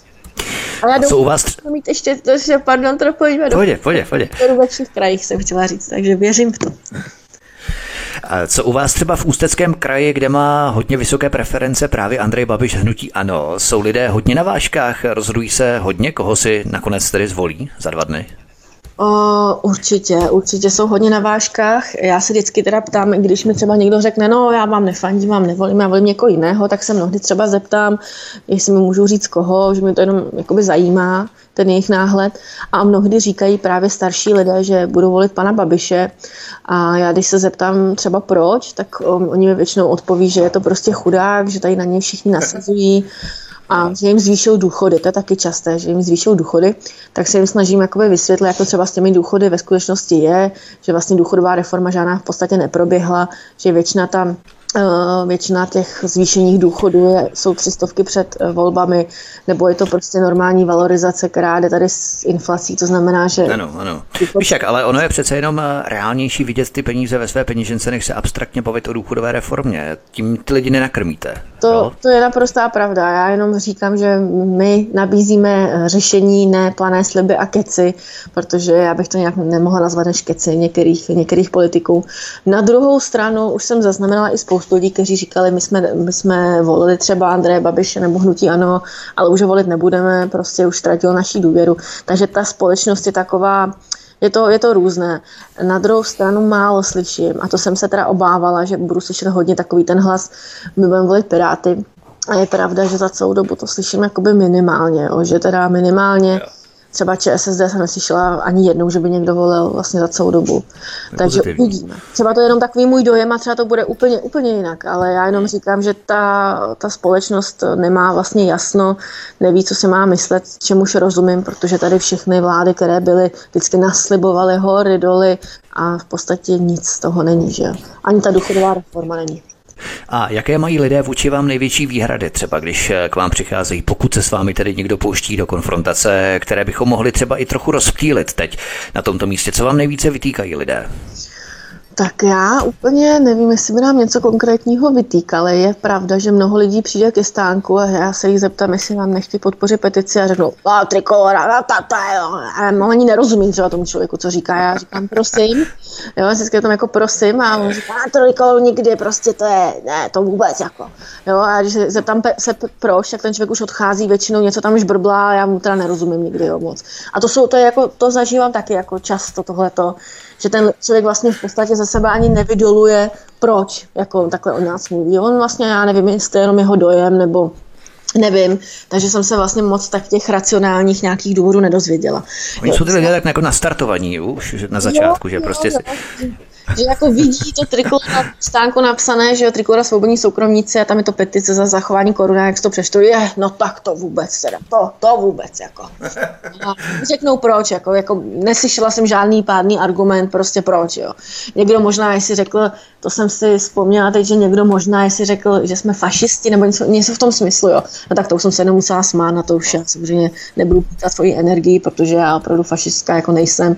S2: A já
S1: co u vás
S2: mít ještě, pardon, trochu
S1: pojď.
S2: Ve všech krajích jsem chtěla říct, takže věřím v to.
S1: Co u vás třeba v Ústeckém kraji, kde má hodně vysoké preference právě Andrej Babiš hnutí ANO? Jsou lidé hodně na vážkách? Rozhodují se hodně, koho si nakonec tedy zvolí za 2 dny?
S2: Určitě jsou hodně na vážkách. Já se vždycky teda ptám, když mi třeba někdo řekne, no já vám nefandím, vám nevolím, já volím někoho jiného, tak se mnohdy třeba zeptám, jestli mi můžu říct koho, že mě to jenom jakoby zajímá, ten jejich náhled. A mnohdy říkají právě starší lidé, že budou volit pana Babiše. A já když se zeptám třeba proč, tak oni mi většinou odpoví, že je to prostě chudák, že tady na ně všichni nasazují. A že jim zvýšil důchody, to je taky časté, že jim zvýšil důchody, tak se jim snažím jakoby vysvětlit, jak to třeba s těmi důchody ve skutečnosti je, že vlastně důchodová reforma žádná v podstatě neproběhla, že většina těch zvýšených důchodů jsou 300 před volbami, nebo je to prostě normální valorizace, která jde tady s inflací, to znamená, že...
S1: Ano. Víš jak, ale ono je přece jenom reálnější vidět ty peníze ve své peněžence, než se abstraktně bavit o důchodové reformě. Tím ty lidi nenakrmíte.
S2: To je naprostá pravda. Já jenom říkám, že my nabízíme řešení, ne plané sliby a keci, protože já bych to nějak nemohla nazvat než keci některých politiků. Na druhou stranu už jsem zaznamenala i spoustu lidí, kteří říkali, my jsme volili třeba Andreje Babiše nebo hnutí ANO, ale už ho volit nebudeme, prostě už ztratil naší důvěru. Takže ta společnost je taková, je to různé. Na druhou stranu málo slyším a to jsem se teda obávala, že budu slyšet hodně takový ten hlas, my budeme volit Piráty. A je pravda, že za celou dobu to slyším jakoby minimálně, že teda minimálně třeba ČSSD jsem neslyšela ani jednou, že by někdo volil vlastně za celou dobu. Takže uvidíme. Třeba to je jenom takový můj dojem a třeba to bude úplně jinak, ale já jenom říkám, že ta společnost nemá vlastně jasno, neví, co se má myslet, čemuž rozumím, protože tady všechny vlády, které byly, vždycky naslibovaly hory, doly a v podstatě nic z toho není, že? Ani ta důchodová reforma není.
S1: A jaké mají lidé vůči vám největší výhrady, třeba když k vám přicházejí, pokud se s vámi tedy někdo pouští do konfrontace, které bychom mohli třeba i trochu rozptýlit teď na tomto místě? Co vám nejvíce vytýkají lidé?
S2: Tak já úplně nevím, jestli by nám něco konkrétního vytýkali. Je pravda, že mnoho lidí přijde ke stánku a já se jich zeptám, jestli nám nechtějí podpořit petici a řeknou, trikolora, a oni nerozumí třeba tomu člověku, co říká. Já říkám, prosím, jo, vždycky tam jako prosím a on říká, trikoloru nikdy, prostě to je, ne, to vůbec jako. Jo, a když se zeptám se proč, tak ten člověk už odchází, většinou něco tam už brblá a já mu teda nerozumím nikdy, jo, moc. A to zažívám taky jako často tohleto, že ten člověk vlastně v podstatě ze sebe ani nevydoluje, proč jako takhle o nás mluví. On vlastně, já nevím, jestli je jenom jeho dojem, nebo Nevím, takže jsem se vlastně moc tak těch racionálních nějakých důvodů nedozvěděla.
S1: Oni jsou ty lidé tak jako nastartovaní už na začátku, že prostě...
S2: Že jako vidí to trikolor na stánku napsané, že jo, trikolora svobodní soukromníci a tam je to petice za zachování koruny, jak to přečtou, no tak to vůbec teda, to vůbec jako. A řeknou proč, jako neslyšela jsem žádný pádný argument, prostě proč, jo. Někdo možná, jestli řekl, to jsem si vzpomněla teď, že někdo možná, jestli řekl, že jsme fašisti, nebo něco v tom smyslu, jo. No tak to už jsem se jenom musela smát, na to už já samozřejmě nebudu pýtat svoji energii, protože já opravdu fašistka jako nejsem,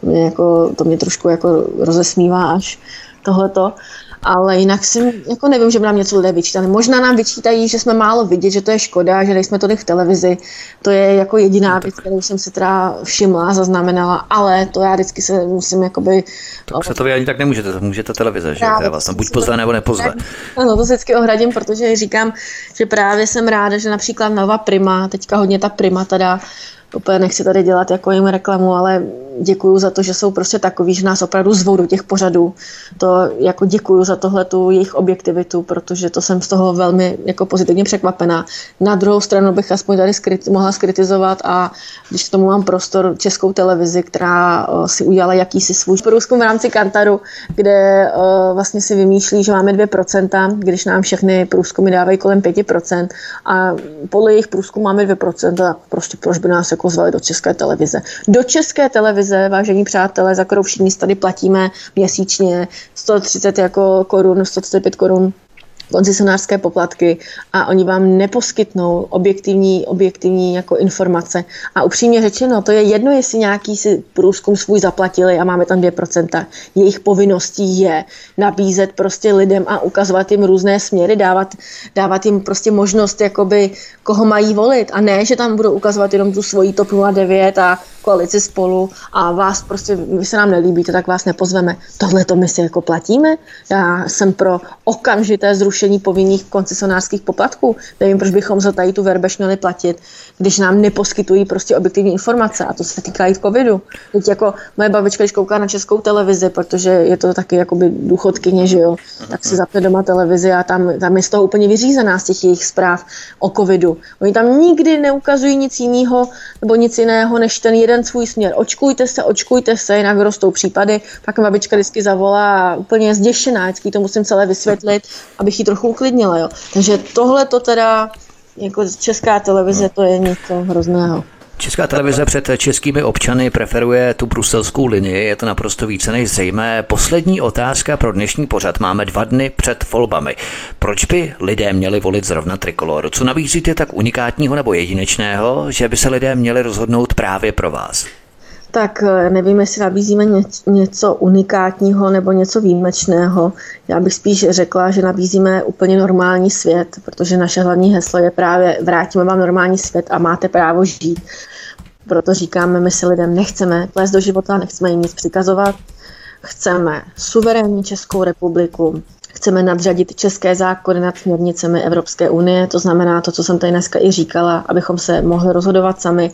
S2: to mě trošku jako rozesmívá až tohleto, ale jinak si jako nevím, že by nám něco lidé vyčítali. Možná nám vyčítají, že jsme málo vidět, že to je škoda, že nejsme tolik v televizi. To je jako jediná věc, kterou jsem si teda všimla, zaznamenala, ale to já vždycky se musím jakoby...
S1: Tak se to vy ani tak nemůžete, to může ta televize, že? Která vás tam buď pozve, nebo nepozve.
S2: Ano, to vždycky ohradím, protože říkám, že právě jsem ráda, že například Nova Prima, teďka hodně ta Prima teda, úplně nechci tady dělat jako jim reklamu, ale děkuju za to, že jsou prostě takový, že nás opravdu zvou do těch pořadů. To jako děkuju za tohletu jejich objektivitu, protože to jsem z toho velmi jako pozitivně překvapená. Na druhou stranu bych aspoň tady mohla skritizovat a když k tomu mám prostor Českou televizi, která si udělala jakýsi svůj průzkum v rámci Kantaru, kde vlastně si vymýšlí, že máme 2%, když nám všechny průzkumy dávají kolem 5% a podle jejich průzkumu máme 2%, a prostě proč by nás jako zvali do České televize. Do České televize, vážení přátelé, za kterou všichni tady platíme měsíčně 130 jako korun, 135 korun koncesionářské poplatky a oni vám neposkytnou objektivní jako informace. A upřímně řečeno, to je jedno, jestli nějaký si průzkum svůj zaplatili a máme tam 2%. Jejich povinností je nabízet prostě lidem a ukazovat jim různé směry, dávat jim prostě možnost, jakoby, koho mají volit. A ne, že tam budou ukazovat jenom tu svoji TOP 09 a koalici Spolu a vás prostě, vy se nám nelíbíte, tak vás nepozveme. Tohle to my si jako platíme? Já jsem pro okamžité zrušení povinných koncesionářských poplatků. Nevím, proč bychom za tady tu verbež měli platit, když nám neposkytují prostě objektivní informace. A to se týká i covidu. Teď jako moje babička, když kouká na Českou televizi, protože je to taky jakoby důchodkyně, že jo, tak si zapne doma televizi a tam je z toho úplně vyřízená z těch jejich zpráv o covidu. Oni tam nikdy neukazují nic jiného nebo nic jiného, než ten jeden svůj směr. Očkujte se, jinak rostou případy. Pak babička vždycky zavolá a úplně je zděšená, vždycky to musím celé vysvětlit, abych ji trochu uklidnila. Jo. Takže tohle to teda, jako Česká televize, to je něco hrozného.
S1: Česká televize před českými občany preferuje tu bruselskou linii, je to naprosto více než zřejmé. Poslední otázka pro dnešní pořad. Máme 2 dny před volbami. Proč by lidé měli volit zrovna Trikoloru? Co nabízíte tak unikátního nebo jedinečného, že by se lidé měli rozhodnout právě pro vás?
S2: Tak nevím, jestli nabízíme něco unikátního nebo něco výjimečného. Já bych spíš řekla, že nabízíme úplně normální svět, protože naše hlavní heslo je právě vrátíme vám normální svět a máte právo žít. Proto říkáme, my si lidem nechceme plést do života, nechceme jim nic přikazovat. Chceme suverénní Českou republiku, chceme nadřadit české zákony nad směrnicemi Evropské unie, to znamená to, co jsem tady dneska i říkala, abychom se mohli rozhodovat sami.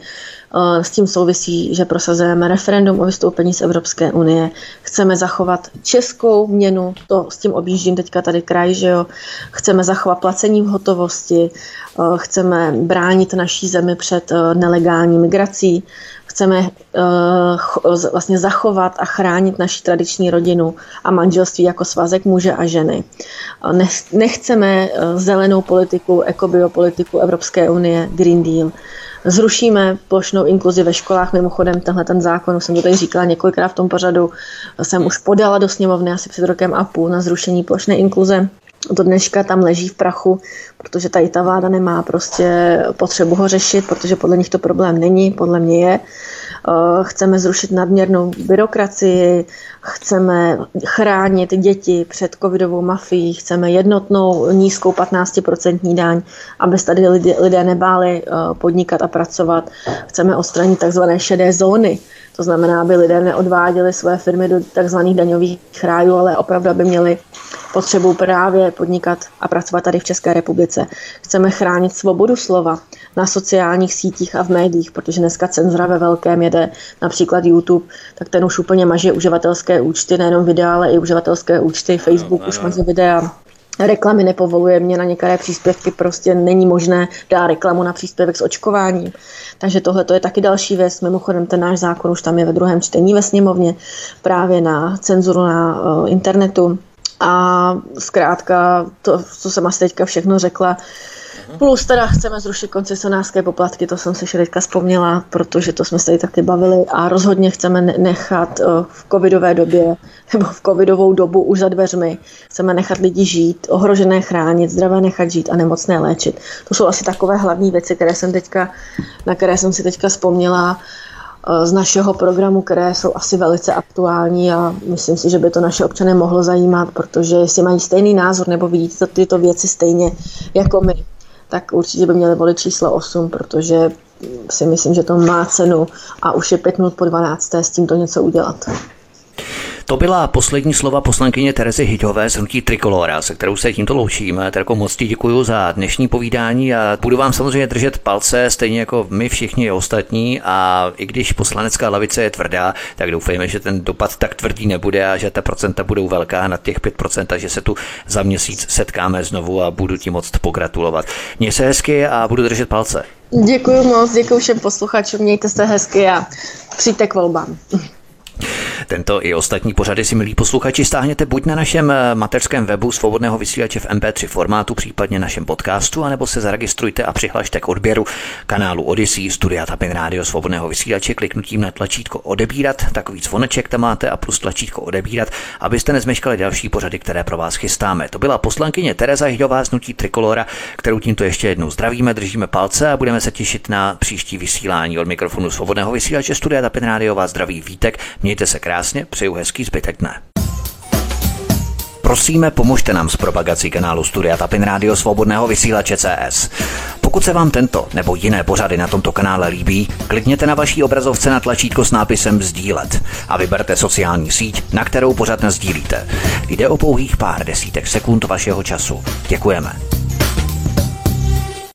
S2: S tím souvisí, že prosazujeme referendum o vystoupení z Evropské unie. Chceme zachovat českou měnu, to s tím objíždím teďka tady kraj, že jo. Chceme zachovat placení v hotovosti, chceme bránit naší zemi před nelegální migrací, chceme vlastně zachovat a chránit naši tradiční rodinu a manželství jako svazek muže a ženy. Nechceme zelenou politiku, ekobiopolitiku Evropské unie, Green Deal. Zrušíme plošnou inkluzi ve školách, mimochodem ten zákon, už jsem to tady říkala několikrát v tom pořadu, jsem už podala do sněmovny asi před 1,5 roku na zrušení plošné inkluze. Do dneška tam leží v prachu, protože tady ta vláda nemá prostě potřebu ho řešit, protože podle nich to problém není, podle mě je. Chceme zrušit nadměrnou byrokracii, chceme chránit děti před covidovou mafií, chceme jednotnou nízkou 15% daň, aby se tady lidé nebáli podnikat a pracovat. Chceme odstranit takzvané šedé zóny, to znamená, aby lidé neodváděli své firmy do takzvaných daňových rájů, ale opravdu, aby měli potřebu právě podnikat a pracovat tady v České republice. Chceme chránit svobodu slova na sociálních sítích a v médiích, protože dneska cenzura ve velkém jede, například YouTube, tak ten už úplně maže uživatelské účty, nejenom videa, ale i uživatelské účty. Facebook už maže videa. reklamy nepovoluje, mě na některé příspěvky prostě není možné dát reklamu na příspěvek s očkováním. Takže tohle to je taky další věc. Mimochodem ten náš zákon už tam je ve druhém čtení ve sněmovně právě na cenzuru na internetu. A zkrátka to, co jsem asi teďka všechno řekla, plus teda chceme zrušit koncesionářské poplatky, to jsem si teďka vzpomněla, protože to jsme se tady taky bavili a rozhodně chceme nechat v covidové době, nebo v covidovou dobu už za dveřmi, chceme nechat lidi žít, ohrožené chránit, zdravé nechat žít a nemocné léčit. To jsou asi takové hlavní věci, na které jsem si teďka vzpomněla z našeho programu, které jsou asi velice aktuální a myslím si, že by to naše občany mohlo zajímat, protože jestli mají stejný názor nebo vidí tyto věci stejně jako my, tak určitě by měli volit číslo 8, protože si myslím, že to má cenu a už je 5 minut po 12. s tímto něco udělat.
S1: To byla poslední slova poslankyně Terezy Hyťhové z hnutí Trikolóra, se kterou se tímto loučím. Terko, moc ti děkuji za dnešní povídání a budu vám samozřejmě držet palce, stejně jako my všichni ostatní, a i když poslanecká lavice je tvrdá, tak doufejme, že ten dopad tak tvrdý nebude a že ta procenta budou velká nad těch 5%, že se tu za měsíc setkáme znovu a budu ti moc pogratulovat. Měj se hezky a budu držet palce.
S2: Děkuji moc, děkuji všem posluchačům, mějte se hezky a přijďte k volbám.
S1: Tento i ostatní pořady si, milí posluchači, stáhněte buď na našem mateřském webu Svobodného vysílače v MP3 formátu, případně našem podcastu, anebo se zaregistrujte a přihlašte k odběru kanálu Odyssey, Studia Tapin Rádio Svobodného vysílače kliknutím na tlačítko odebírat, takový zvoneček tam máte a plus tlačítko odebírat, abyste nezmeškali další pořady, které pro vás chystáme. To byla poslankyně Tereza Hyťhová z hnutí Trikolóra, kterou tímto ještě jednou zdravíme, držíme palce a budeme se těšit na příští vysílání. Od mikrofonu Svobodného vysílače Studia Tapin Rádio vás zdraví Vítek. Mějte se krásně, přeju hezký zbytek dne. Prosíme, pomožte nám s propagací kanálu Studia Tapin Rádio Svobodného vysílače CS. Pokud se vám tento nebo jiné pořady na tomto kanále líbí, klikněte na vaší obrazovce na tlačítko s nápisem sdílet a vyberte sociální síť, na kterou pořad nasdílíte. Jde o pouhých pár desítek sekund vašeho času. Děkujeme.